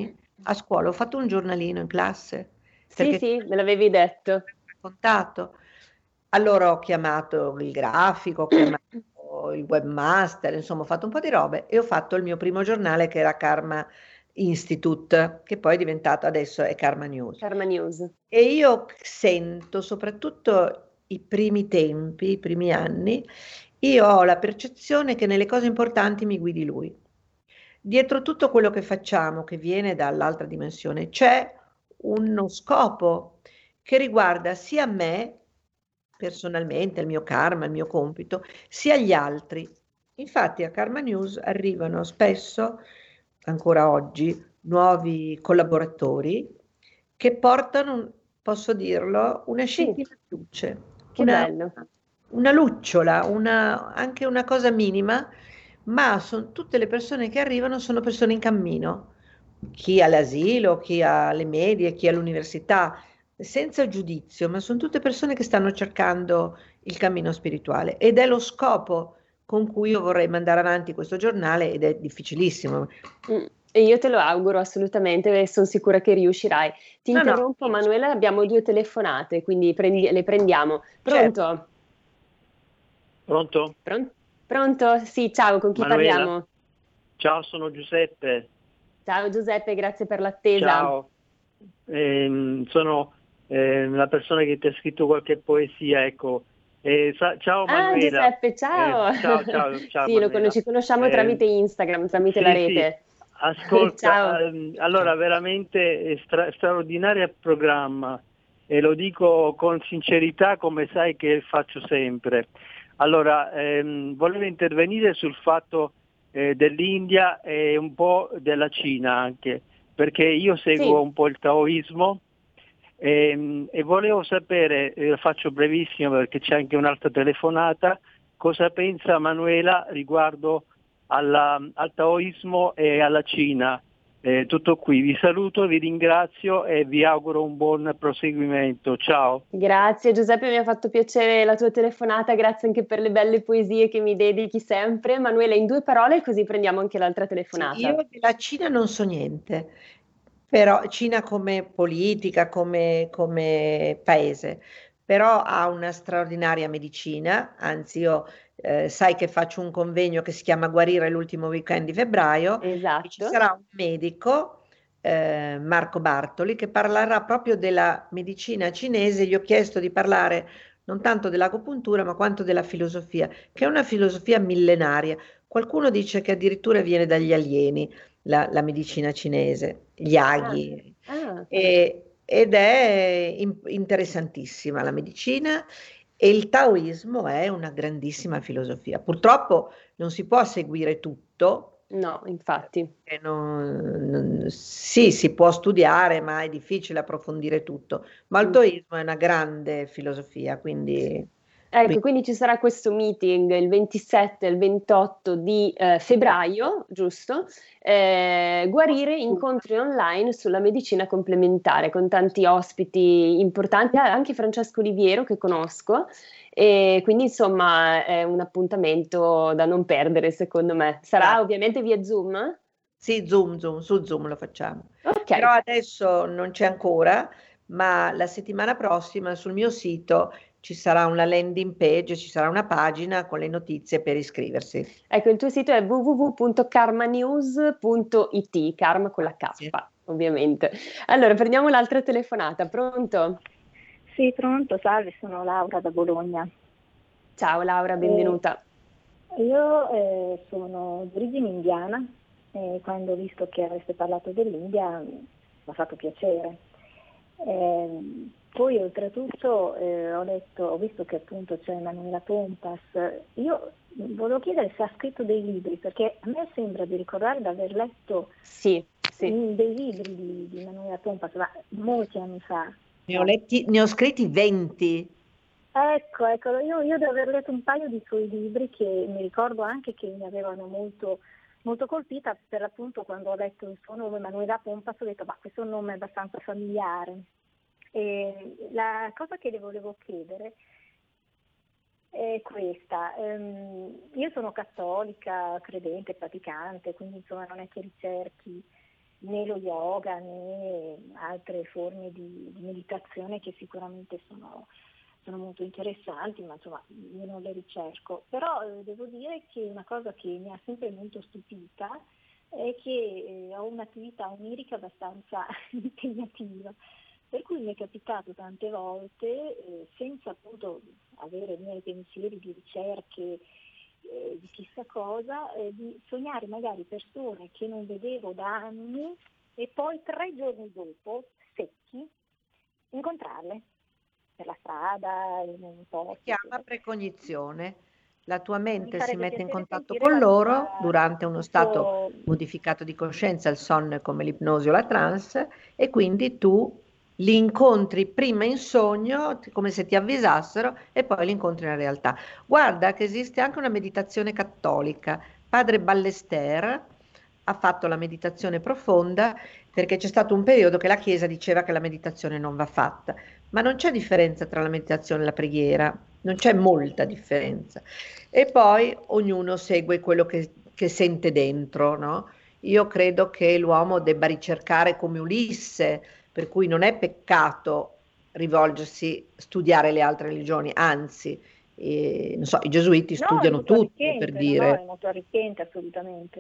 C: a scuola, ho fatto un giornalino in classe.
B: Sì, sì, me l'avevi detto.
C: Raccontato. Allora ho chiamato il grafico, ho chiamato il webmaster, insomma ho fatto un po' di robe e ho fatto il mio primo giornale che era Karma Institute, che poi è diventato adesso è Karma News.
B: Karma News.
C: E io sento, soprattutto i primi tempi, i primi anni, io ho la percezione che nelle cose importanti mi guidi lui. Dietro tutto quello che facciamo, che viene dall'altra dimensione, c'è uno scopo che riguarda sia me, personalmente, il mio karma, il mio compito, sia gli altri. Infatti a Karma News arrivano spesso, ancora oggi, nuovi collaboratori che portano, posso dirlo, una scintilla di luce.
B: Che
C: una,
B: bello.
C: Una lucciola, una, anche una cosa minima, ma son, tutte le persone che arrivano sono persone in cammino, chi ha l'asilo, chi ha le medie, chi ha l'università, senza giudizio, ma sono tutte persone che stanno cercando il cammino spirituale ed è lo scopo con cui io vorrei mandare avanti questo giornale ed è difficilissimo.
B: Mm. E io te lo auguro assolutamente e sono sicura che riuscirai. Ti
C: No, no.
B: interrompo, Manuela, abbiamo due telefonate, quindi prendi- le prendiamo. Pronto?
C: Certo.
N: Pronto?
B: Pron- Pronto? Sì, ciao, con chi
N: Manuela?
B: parliamo?
N: Ciao, sono Giuseppe.
B: Ciao Giuseppe, grazie per l'attesa.
N: Ciao, Ehm, sono eh, la persona che ti ha scritto qualche poesia, ecco. Eh, sa- ciao
B: Ah,
N: Manuela.
B: Giuseppe, ciao.
N: Eh, ciao, ciao, ciao
B: Sì, lo
N: Manuela.
B: con- ci conosciamo
N: Eh,
B: tramite Instagram, tramite
N: sì,
B: la
N: sì.
B: rete.
N: Ascolta,
B: Ciao.
N: ehm, allora veramente stra- straordinario programma e lo dico con sincerità come sai che faccio sempre. Allora, ehm, volevo intervenire sul fatto eh, dell'India e un po' della Cina anche, perché io seguo
B: Sì.
N: un po' il taoismo e, e volevo sapere, eh, lo faccio brevissimo perché c'è anche un'altra telefonata, cosa pensa Manuela riguardo alla, al taoismo e alla Cina. Eh, tutto qui, vi saluto, vi ringrazio e vi auguro un buon proseguimento. Ciao.
B: Grazie Giuseppe, mi ha fatto piacere la tua telefonata, grazie anche per le belle poesie che mi dedichi sempre. Manuela, in due parole così prendiamo anche l'altra telefonata.
C: Sì, io della Cina non so niente, però Cina come politica, come, come paese, però ha una straordinaria medicina, anzi io eh, sai che faccio un convegno che si chiama Guarire l'ultimo weekend di febbraio, e ci
B: Esatto.
C: sarà un medico, eh, Marco Bartoli, che parlerà proprio della medicina cinese. Gli ho chiesto di parlare non tanto dell'agopuntura, ma quanto della filosofia, che è una filosofia millenaria. Qualcuno dice che addirittura viene dagli alieni, la, la medicina cinese, gli aghi,
B: Ah,
C: e- ed è in- interessantissima la medicina e il taoismo è una grandissima filosofia. Purtroppo non si può seguire tutto.
B: no, infatti.
C: E non- non- sì, si può studiare, ma è difficile approfondire tutto. Ma il
B: Mm.
C: taoismo è una grande filosofia, quindi...
B: Ecco, quindi ci sarà questo meeting il ventisette e il ventotto di eh, febbraio, giusto? Eh, guarire incontri online sulla medicina complementare con tanti ospiti importanti, ah, anche Francesco Oliviero che conosco, e quindi insomma è un appuntamento da non perdere secondo me. Sarà
C: Grazie.
B: ovviamente via Zoom?
C: Sì, Zoom, Zoom, su Zoom lo facciamo.
B: Ok.
C: Però adesso non c'è ancora, ma la settimana prossima sul mio sito ci sarà una landing page, ci sarà una pagina con le notizie per iscriversi.
B: Ecco, il tuo sito è w w w punto karmanews punto i t, karma con la K,
C: Sì.
B: ovviamente. Allora, prendiamo l'altra telefonata, pronto?
O: Sì, pronto, salve, sono Laura da Bologna.
B: Ciao Laura, benvenuta.
O: Eh, io eh, sono di origine indiana e quando ho visto che avreste parlato dell'India mi ha fatto piacere. Eh, poi oltretutto eh, ho letto, ho visto che appunto c'è Manuela Pompas. Io volevo chiedere se ha scritto dei libri, perché a me sembra di ricordare di aver letto
B: sì, sì.
O: dei libri di, di Manuela Pompas, ma molti anni fa.
C: Ne ho, letti, ne ho scritti venti.
O: Ecco, ecco, io, io devo aver letto un paio di suoi libri che mi ricordo anche che mi avevano molto, molto colpita, per appunto quando ho letto il suo nome, Manuela Pompas, ho detto, ma questo nome è abbastanza familiare. E la cosa che le volevo chiedere è questa. Um, io sono cattolica, credente, praticante, quindi insomma non è che ricerchi né lo yoga né altre forme di, di meditazione che sicuramente sono, sono molto interessanti, ma insomma io non le ricerco. Però eh, devo dire che una cosa che mi ha sempre molto stupita è che eh, ho un'attività onirica abbastanza impegnativa, per cui mi è capitato tante volte, eh, senza appunto avere i miei pensieri di ricerche eh, di chissà cosa, eh, di sognare magari persone che non vedevo da anni e poi tre giorni dopo, secchi, incontrarle per la strada, in un posto.
C: Si chiama precognizione. La tua mente si mette in contatto
O: sentire
C: con
O: la
C: loro
O: tua-
C: durante uno stato modificato di coscienza, il sonno è come l'ipnosi o la trance, e quindi tu li incontri prima in sogno, t- come se ti avvisassero, e poi li incontri in realtà. Guarda che esiste anche una meditazione cattolica. Padre Ballester ha fatto la meditazione profonda perché c'è stato un periodo che la Chiesa diceva che la meditazione non va fatta, ma non c'è differenza tra la meditazione e la preghiera, non c'è molta differenza. E poi ognuno segue quello che, che sente dentro, no? Io credo che l'uomo debba ricercare come Ulisse, per cui non è peccato rivolgersi, studiare le altre religioni, anzi, eh, non so, i gesuiti
O: No, è
C: studiano
O: molto
C: tutto,
O: arricchente,
C: per
O: no,
C: dire,
O: no, è molto arricchente assolutamente.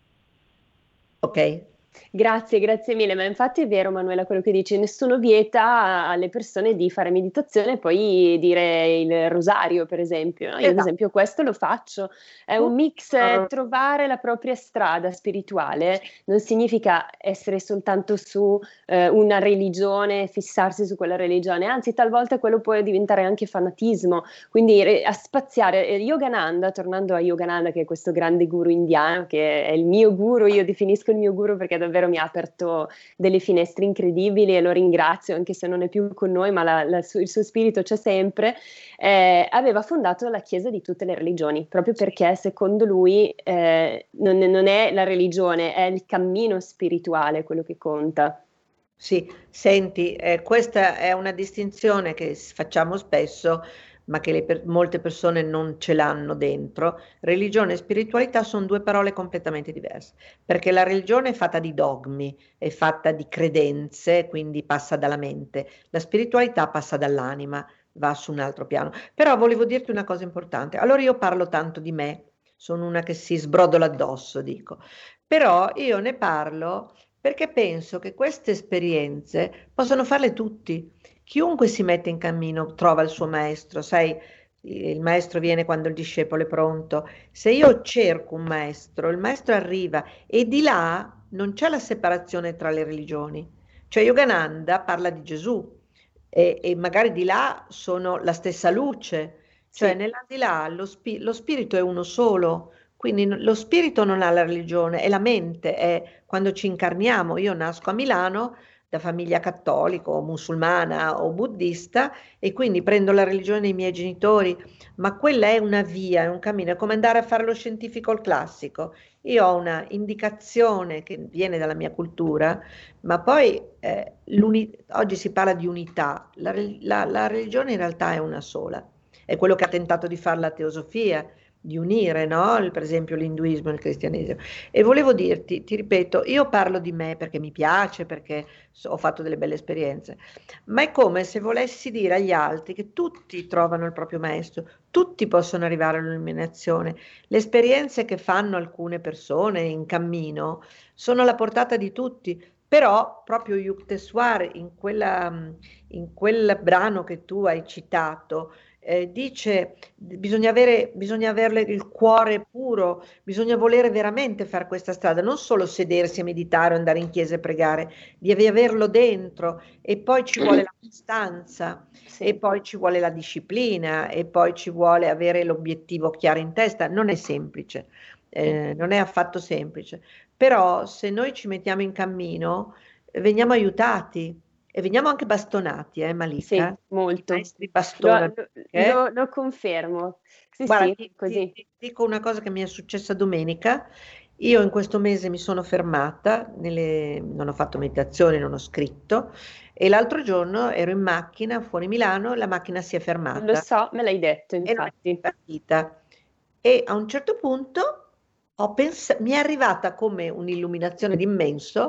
C: ok?
B: Grazie, grazie mille, ma infatti è vero Manuela quello che dici, nessuno vieta alle persone di fare meditazione e poi dire il rosario per esempio, no? Io ad
C: Esatto.
B: esempio questo lo faccio, è un mix, è trovare la propria strada spirituale, non significa essere soltanto su eh, una religione, fissarsi su quella religione, anzi talvolta quello può diventare anche fanatismo, quindi re- a spaziare. Eh, Yogananda, tornando a Yogananda che è questo grande guru indiano, che è il mio guru, io definisco il mio guru perché davvero mi ha aperto delle finestre incredibili e lo ringrazio anche se non è più con noi, ma la, la, il suo spirito c'è sempre. Eh, aveva fondato la Chiesa di tutte le religioni proprio perché secondo lui eh, non, non è la religione, è il cammino spirituale quello che conta.
C: Sì, senti, eh, questa è una distinzione che s- facciamo spesso, ma che le per- molte persone non ce l'hanno dentro. Religione e spiritualità sono due parole completamente diverse, perché la religione è fatta di dogmi, è fatta di credenze, quindi passa dalla mente. La spiritualità passa dall'anima, va su un altro piano. Però volevo dirti una cosa importante. Allora io parlo tanto di me, sono una che si sbrodola addosso, dico. Però io ne parlo perché penso che queste esperienze possono farle tutti. Chiunque si mette in cammino trova il suo maestro, sai, il maestro viene quando il discepolo è pronto. Se io cerco un maestro, il maestro arriva e di là non c'è la separazione tra le religioni. Cioè Yogananda parla di Gesù e, e magari di là sono la stessa luce, cioè
B: Sì.
C: nell'aldilà lo, spi- lo spirito è uno solo. Quindi n- lo spirito non ha la religione, è la mente, è quando ci incarniamo. Io nasco a Milano da famiglia cattolica o musulmana o buddista e quindi prendo la religione dei miei genitori, ma quella è una via, è un cammino, è come andare a fare lo scientifico o il classico. Io ho una indicazione che viene dalla mia cultura, ma poi eh, l'uni- oggi si parla di unità, la, re- la- la religione in realtà è una sola, è quello che ha tentato di fare la teosofia, di unire, no? Il- per esempio l'induismo e il cristianesimo. E volevo dirti, ti ripeto, io parlo di me perché mi piace, perché so- ho fatto delle belle esperienze, ma è come se volessi dire agli altri che tutti trovano il proprio maestro, tutti possono arrivare all'illuminazione. Le esperienze che fanno alcune persone in cammino sono alla portata di tutti. Però proprio Yukteswar in quella, in quel brano che tu hai citato eh, dice bisogna avere, bisogna avere il cuore puro, bisogna volere veramente fare questa strada, non solo sedersi a meditare o andare in chiesa e pregare, devi averlo dentro e poi ci vuole la costanza
B: Sì.
C: e poi ci vuole la disciplina e poi ci vuole avere l'obiettivo chiaro in testa, non è semplice, eh, non è affatto semplice, però se noi ci mettiamo in cammino eh, veniamo aiutati. E veniamo anche bastonati, eh, Malika?
B: Sì, molto.
C: I maestri
B: Lo,
C: bastonano.
B: lo-
C: eh?
B: lo- lo confermo. Sì,
C: Guarda,
B: sì,
C: ti,
B: così.
C: ti- ti dico una cosa che mi è successa domenica. Io in questo mese mi sono fermata, nelle- non ho fatto meditazione, non ho scritto, e l'altro giorno ero in macchina fuori Milano e la macchina si è fermata.
B: Lo so, me l'hai detto,
C: E non è
B: infatti.
C: partita. E a un certo punto ho pens- mi è arrivata come un'illuminazione d'immenso.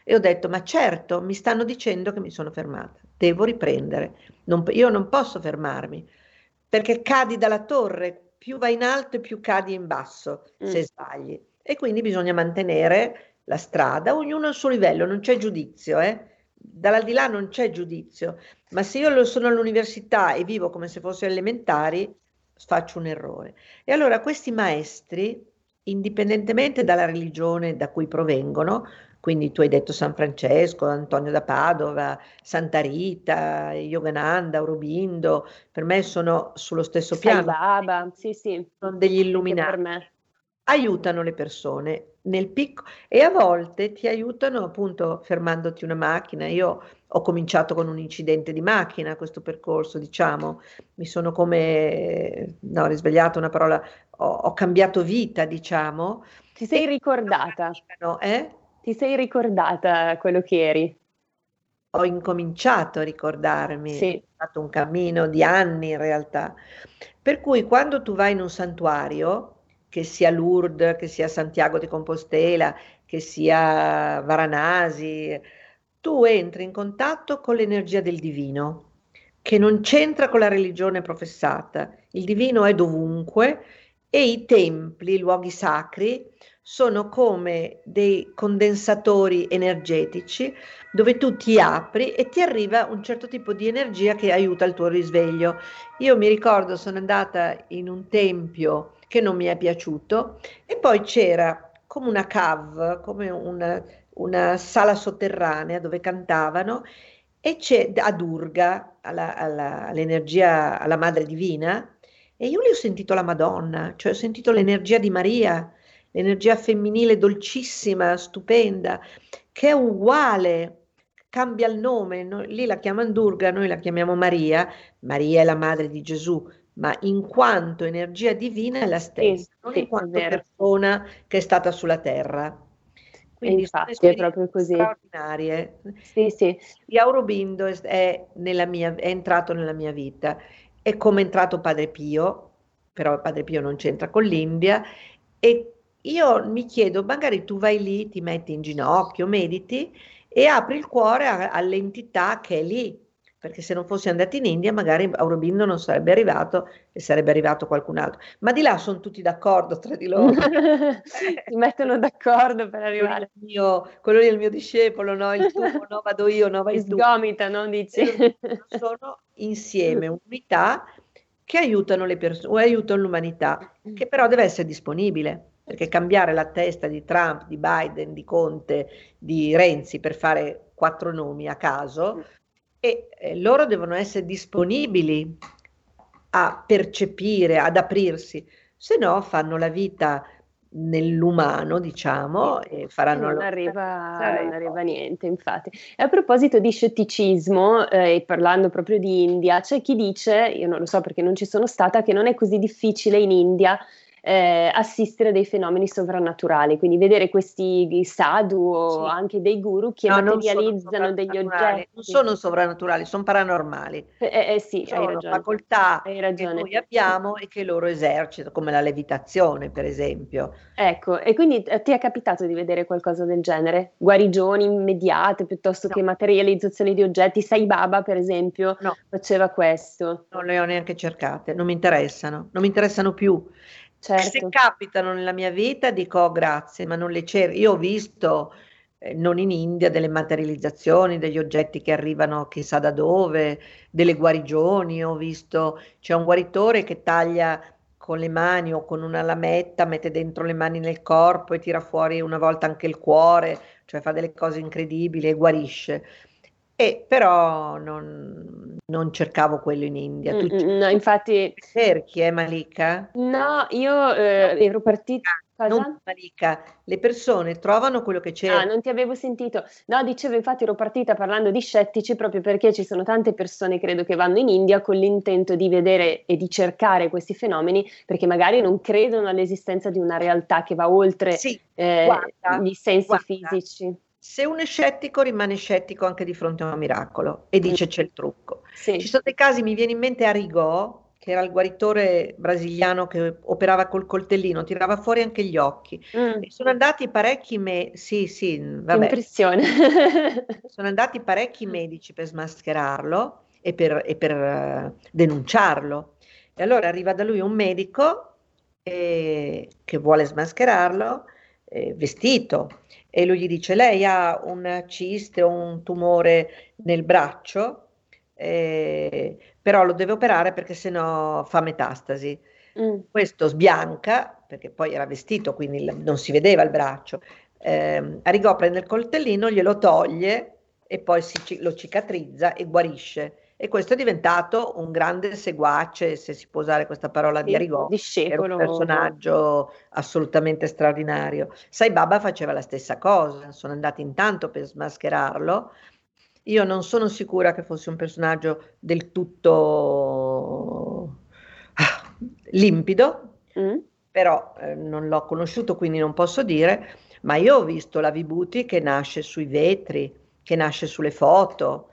C: E ho detto, ma certo, mi stanno dicendo che mi sono fermata, devo riprendere, non, io non posso fermarmi, perché cadi dalla torre, più vai in alto e più cadi in basso mm. se sbagli. E quindi bisogna mantenere la strada, ognuno al suo livello, non c'è giudizio, eh? Dall'aldilà non c'è giudizio, ma se io lo sono all'università e vivo come se fossi elementari, faccio un errore. E allora questi maestri, indipendentemente dalla religione da cui provengono, quindi tu hai detto San Francesco, Antonio da Padova, Santa Rita, Yogananda, Aurobindo, per me sono sullo stesso piano.
B: Sai Baba, sì sì.
C: Sono degli illuminati. Per me. Aiutano le persone nel piccolo e a volte ti aiutano appunto fermandoti una macchina. Io ho cominciato con un incidente di macchina questo percorso, diciamo, mi sono come, no, risvegliato una parola, ho, ho cambiato vita, diciamo.
B: Ti sei ricordata?
C: Eh?
B: Ti sei ricordata quello che eri?
C: Ho incominciato a ricordarmi,
B: sì.
C: È stato un cammino di anni in realtà. Per cui quando tu vai in un santuario, che sia Lourdes, che sia Santiago di Compostela, che sia Varanasi, tu entri in contatto con l'energia del divino, che non c'entra con la religione professata. Il divino è dovunque e i templi, i luoghi sacri, sono come dei condensatori energetici dove tu ti apri e ti arriva un certo tipo di energia che aiuta il tuo risveglio. Io mi ricordo, sono andata in un tempio che non mi è piaciuto e poi c'era come una cave, come una, una sala sotterranea dove cantavano e c'è a Durga, alla, alla, all'energia, alla Madre Divina, e io lì ho sentito la Madonna, cioè ho sentito l'energia di Maria, l'energia femminile dolcissima, stupenda, che è uguale, cambia il nome, noi, lì la chiamano Durga, noi la chiamiamo Maria, Maria è la madre di Gesù, ma in quanto energia divina è la stessa, sì, non sì, in quanto persona che è stata sulla terra. Quindi
B: infatti è proprio così.
C: Straordinarie.
B: Sì, sì.
C: Di Aurobindo è, è, nella mia, è entrato nella mia vita, è come è entrato Padre Pio, però Padre Pio non c'entra con l'India, e io mi chiedo, magari tu vai lì, ti metti in ginocchio, mediti e apri il cuore a, all'entità che è lì, perché se non fossi andati in India magari Aurobindo non sarebbe arrivato e sarebbe arrivato qualcun altro, ma di là sono tutti d'accordo tra di loro.
B: Si mettono d'accordo per arrivare.
C: Quello, mio, quello lì è il mio discepolo, no, il tuo, no, vado io, no, vai tu.
B: Sgomita, non dici?
C: Sono insieme, unità che aiutano le persone, o aiutano l'umanità, che però deve essere disponibile. Perché cambiare la testa di Trump, di Biden, di Conte, di Renzi, per fare quattro nomi a caso, e eh, loro devono essere disponibili a percepire, ad aprirsi, se no fanno la vita nell'umano, diciamo, e faranno...
B: Non arriva, non arriva niente, infatti. E a proposito di scetticismo, eh, parlando proprio di India, c'è chi dice, io non lo so perché non ci sono stata, che non è così difficile in India Eh, assistere dei fenomeni sovrannaturali, quindi vedere questi sadhu o
C: sì.
B: anche dei guru che
C: no,
B: materializzano degli oggetti.
C: Non sono sovrannaturali, sono paranormali.
B: Eh, eh sì,
C: sono
B: hai ragione.
C: facoltà
B: hai ragione.
C: che noi abbiamo e che loro esercitano, come la levitazione, per esempio.
B: Ecco, e quindi eh, ti è capitato di vedere qualcosa del genere? Guarigioni immediate piuttosto no. che materializzazioni di oggetti? Sai Baba, per esempio,
C: no.
B: faceva questo.
C: Non le ho neanche cercate, non mi interessano, non mi interessano più.
B: Certo.
C: Se capitano nella mia vita dico oh, grazie, ma non le cerco. Io ho visto, eh, non in India, delle materializzazioni, degli oggetti che arrivano chissà da dove, delle guarigioni, ho visto, c'è un guaritore che taglia con le mani o con una lametta, mette dentro le mani nel corpo e tira fuori una volta anche il cuore, cioè fa delle cose incredibili e guarisce. E però non, non cercavo quello in India. Tu
B: mm, no, infatti
C: cerchi, eh, Malika?
B: No, io eh, ero partita. Cosa?
C: Non Malika, le persone trovano quello che cercano.
B: Ah, non ti avevo sentito. No, dicevo, infatti ero partita parlando di scettici proprio perché ci sono tante persone, credo, che vanno in India con l'intento di vedere e di cercare questi fenomeni perché magari non credono all'esistenza di una realtà che va oltre
C: sì,
B: eh,
C: guarda,
B: gli sensi
C: guarda.
B: fisici.
C: Se uno è scettico rimane scettico anche di fronte a un miracolo e dice c'è il trucco.
B: Sì.
C: Ci sono dei casi, mi viene in mente Arrigò, che era il guaritore brasiliano che operava col coltellino, tirava fuori anche gli occhi. Mm. E sono andati parecchi medici, sì, sì, vabbè.
B: Impressione.
C: Sono andati parecchi medici per smascherarlo e per, e per uh, denunciarlo. E allora arriva da lui un medico eh, che vuole smascherarlo, eh, vestito, e lui gli dice: lei ha un ciste o un tumore nel braccio, eh, però lo deve operare perché sennò fa metastasi. Mm. Questo sbianca, perché poi era vestito, quindi non si vedeva il braccio. Eh, Arrigò, prende il coltellino, glielo toglie e poi si, lo cicatrizza e guarisce. E questo è diventato un grande seguace, se si può usare questa parola, sì, di Arrigò. Era un personaggio assolutamente straordinario. Sai Baba faceva la stessa cosa, sono andati intanto per smascherarlo. Io non sono sicura che fosse un personaggio del tutto ah, limpido, mm. però eh, non l'ho conosciuto, quindi non posso dire, ma io ho visto la Vibuti che nasce sui vetri, che nasce sulle foto,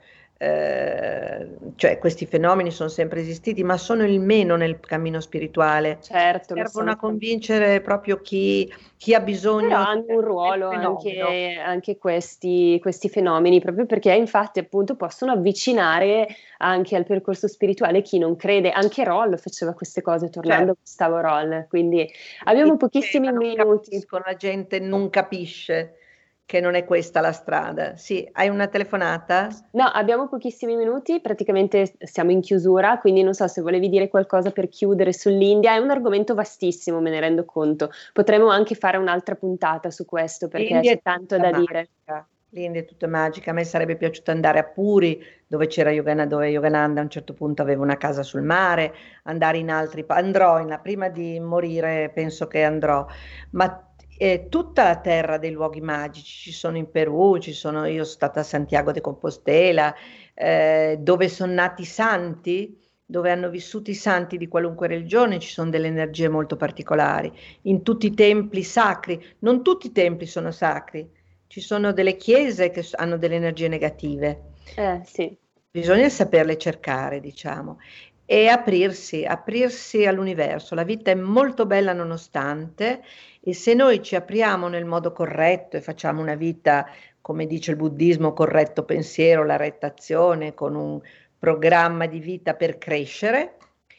C: eh, cioè questi fenomeni sono sempre esistiti, ma sono il meno nel cammino spirituale. Certo, servono a convincere proprio chi, chi ha bisogno.
B: Però hanno un ruolo anche, anche questi, questi fenomeni, proprio perché infatti appunto possono avvicinare anche al percorso spirituale chi non crede. Anche Roll faceva queste cose, tornando a Gustavo Roll, quindi abbiamo pochissimi minuti.
C: La gente non capisce che non è questa la strada. Sì, hai una telefonata?
B: No, abbiamo pochissimi minuti, praticamente siamo in chiusura, quindi non so se volevi dire qualcosa per chiudere sull'India. È un argomento vastissimo, me ne rendo conto. Potremmo anche fare un'altra puntata su questo, perché c'è tanto da magica. dire.
C: L'India è tutta magica. A me sarebbe piaciuto andare a Puri, dove c'era Yogananda, dove Yogananda a un certo punto aveva una casa sul mare, andare in altri, andrò, in, prima di morire penso che andrò, ma Eh, tutta la terra dei luoghi magici, ci sono in Perù, ci sono, io sono stata a Santiago de Compostela, eh, dove sono nati i santi, dove hanno vissuto i santi di qualunque religione, ci sono delle energie molto particolari. In tutti i templi sacri, non tutti i templi sono sacri, ci sono delle chiese che hanno delle energie negative.
B: Eh, sì.
C: Bisogna saperle cercare, diciamo. E aprirsi, aprirsi all'universo. La vita è molto bella nonostante, e se noi ci apriamo nel modo corretto e facciamo una vita, come dice il buddismo, corretto pensiero, la retta azione, con un programma di vita per crescere,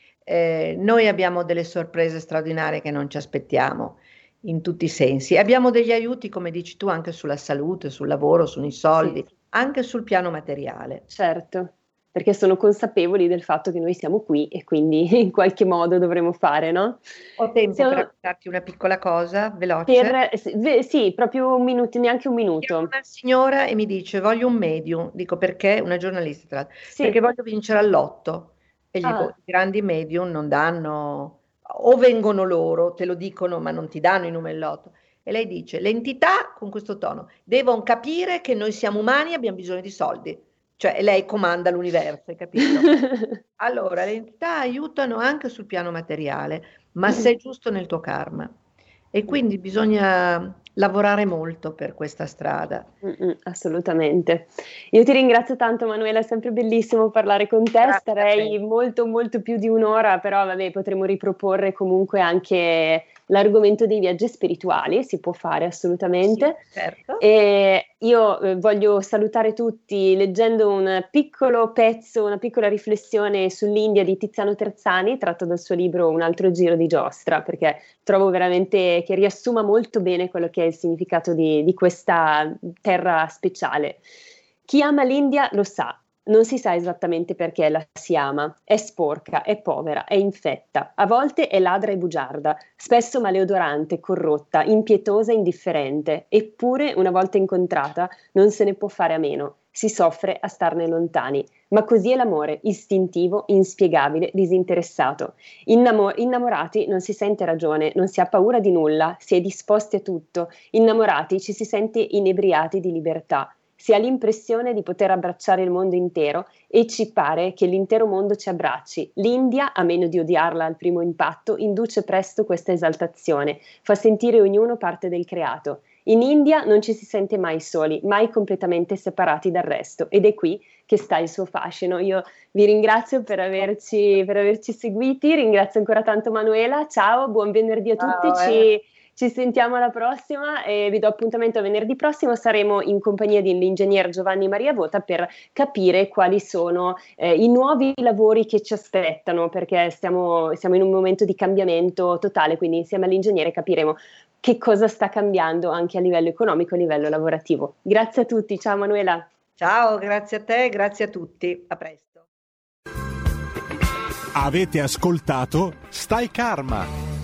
C: eh, noi abbiamo delle sorprese straordinarie che non ci aspettiamo in tutti i sensi. Abbiamo degli aiuti, come dici tu, anche sulla salute, sul lavoro, sui soldi, sì, anche sul piano materiale.
B: Certo. Perché sono consapevoli del fatto che noi siamo qui e quindi in qualche modo dovremo fare, no?
C: Ho tempo siamo... per raccontarti una piccola cosa, veloce?
B: Per... Sì, proprio un minuto, neanche un minuto.
C: Chiamo una signora e mi dice: voglio un medium. Dico: perché? Una giornalista, tra l'altro. Sì. Perché voglio vincere all'otto. E gli ah. dico: i grandi medium non danno, o vengono loro, te lo dicono, ma non ti danno i numeri all'otto. E lei dice: l'entità, con questo tono, devono capire che noi siamo umani e abbiamo bisogno di soldi. Cioè lei comanda l'universo, hai capito? Allora, le entità aiutano anche sul piano materiale, ma sei giusto nel tuo karma. E quindi bisogna lavorare molto per questa strada.
B: Mm-mm, assolutamente. Io ti ringrazio tanto, Manuela, è sempre bellissimo parlare con te. Grazie. Starei molto molto più di un'ora, però vabbè, potremo riproporre comunque anche l'argomento dei viaggi spirituali, si può fare assolutamente.
C: Sì, certo.
B: E io eh, voglio salutare tutti leggendo un piccolo pezzo, una piccola riflessione sull'India di Tiziano Terzani, tratto dal suo libro Un altro giro di giostra, perché trovo veramente che riassuma molto bene quello che è il significato di, di questa terra speciale. Chi ama l'India lo sa. Non si sa esattamente perché la si ama, è sporca, è povera, è infetta, a volte è ladra e bugiarda, spesso maleodorante, corrotta, impietosa e indifferente, eppure una volta incontrata non se ne può fare a meno, si soffre a starne lontani, ma così è l'amore, istintivo, inspiegabile, disinteressato. Innamo- innamorati non si sente ragione, non si ha paura di nulla, si è disposti a tutto, innamorati ci si sente inebriati di libertà. Si ha l'impressione di poter abbracciare il mondo intero e ci pare che l'intero mondo ci abbracci. L'India, a meno di odiarla al primo impatto, induce presto questa esaltazione, fa sentire ognuno parte del creato. In India non ci si sente mai soli, mai completamente separati dal resto, ed è qui che sta il suo fascino. Io vi ringrazio per averci, per averci seguiti, ringrazio ancora tanto Manuela, ciao, buon venerdì a tutti,
C: Ciao,
B: ci,
C: eh.
B: ci sentiamo alla prossima e vi do appuntamento a venerdì prossimo, saremo in compagnia dell'ingegner Giovanni Maria Vota per capire quali sono eh, i nuovi lavori che ci aspettano, perché stiamo, siamo in un momento di cambiamento totale, quindi insieme all'ingegnere capiremo che cosa sta cambiando anche a livello economico, a livello lavorativo. Grazie a tutti, ciao Manuela.
C: Ciao, grazie a te, grazie a tutti, a presto.
A: Avete ascoltato Stai Karma.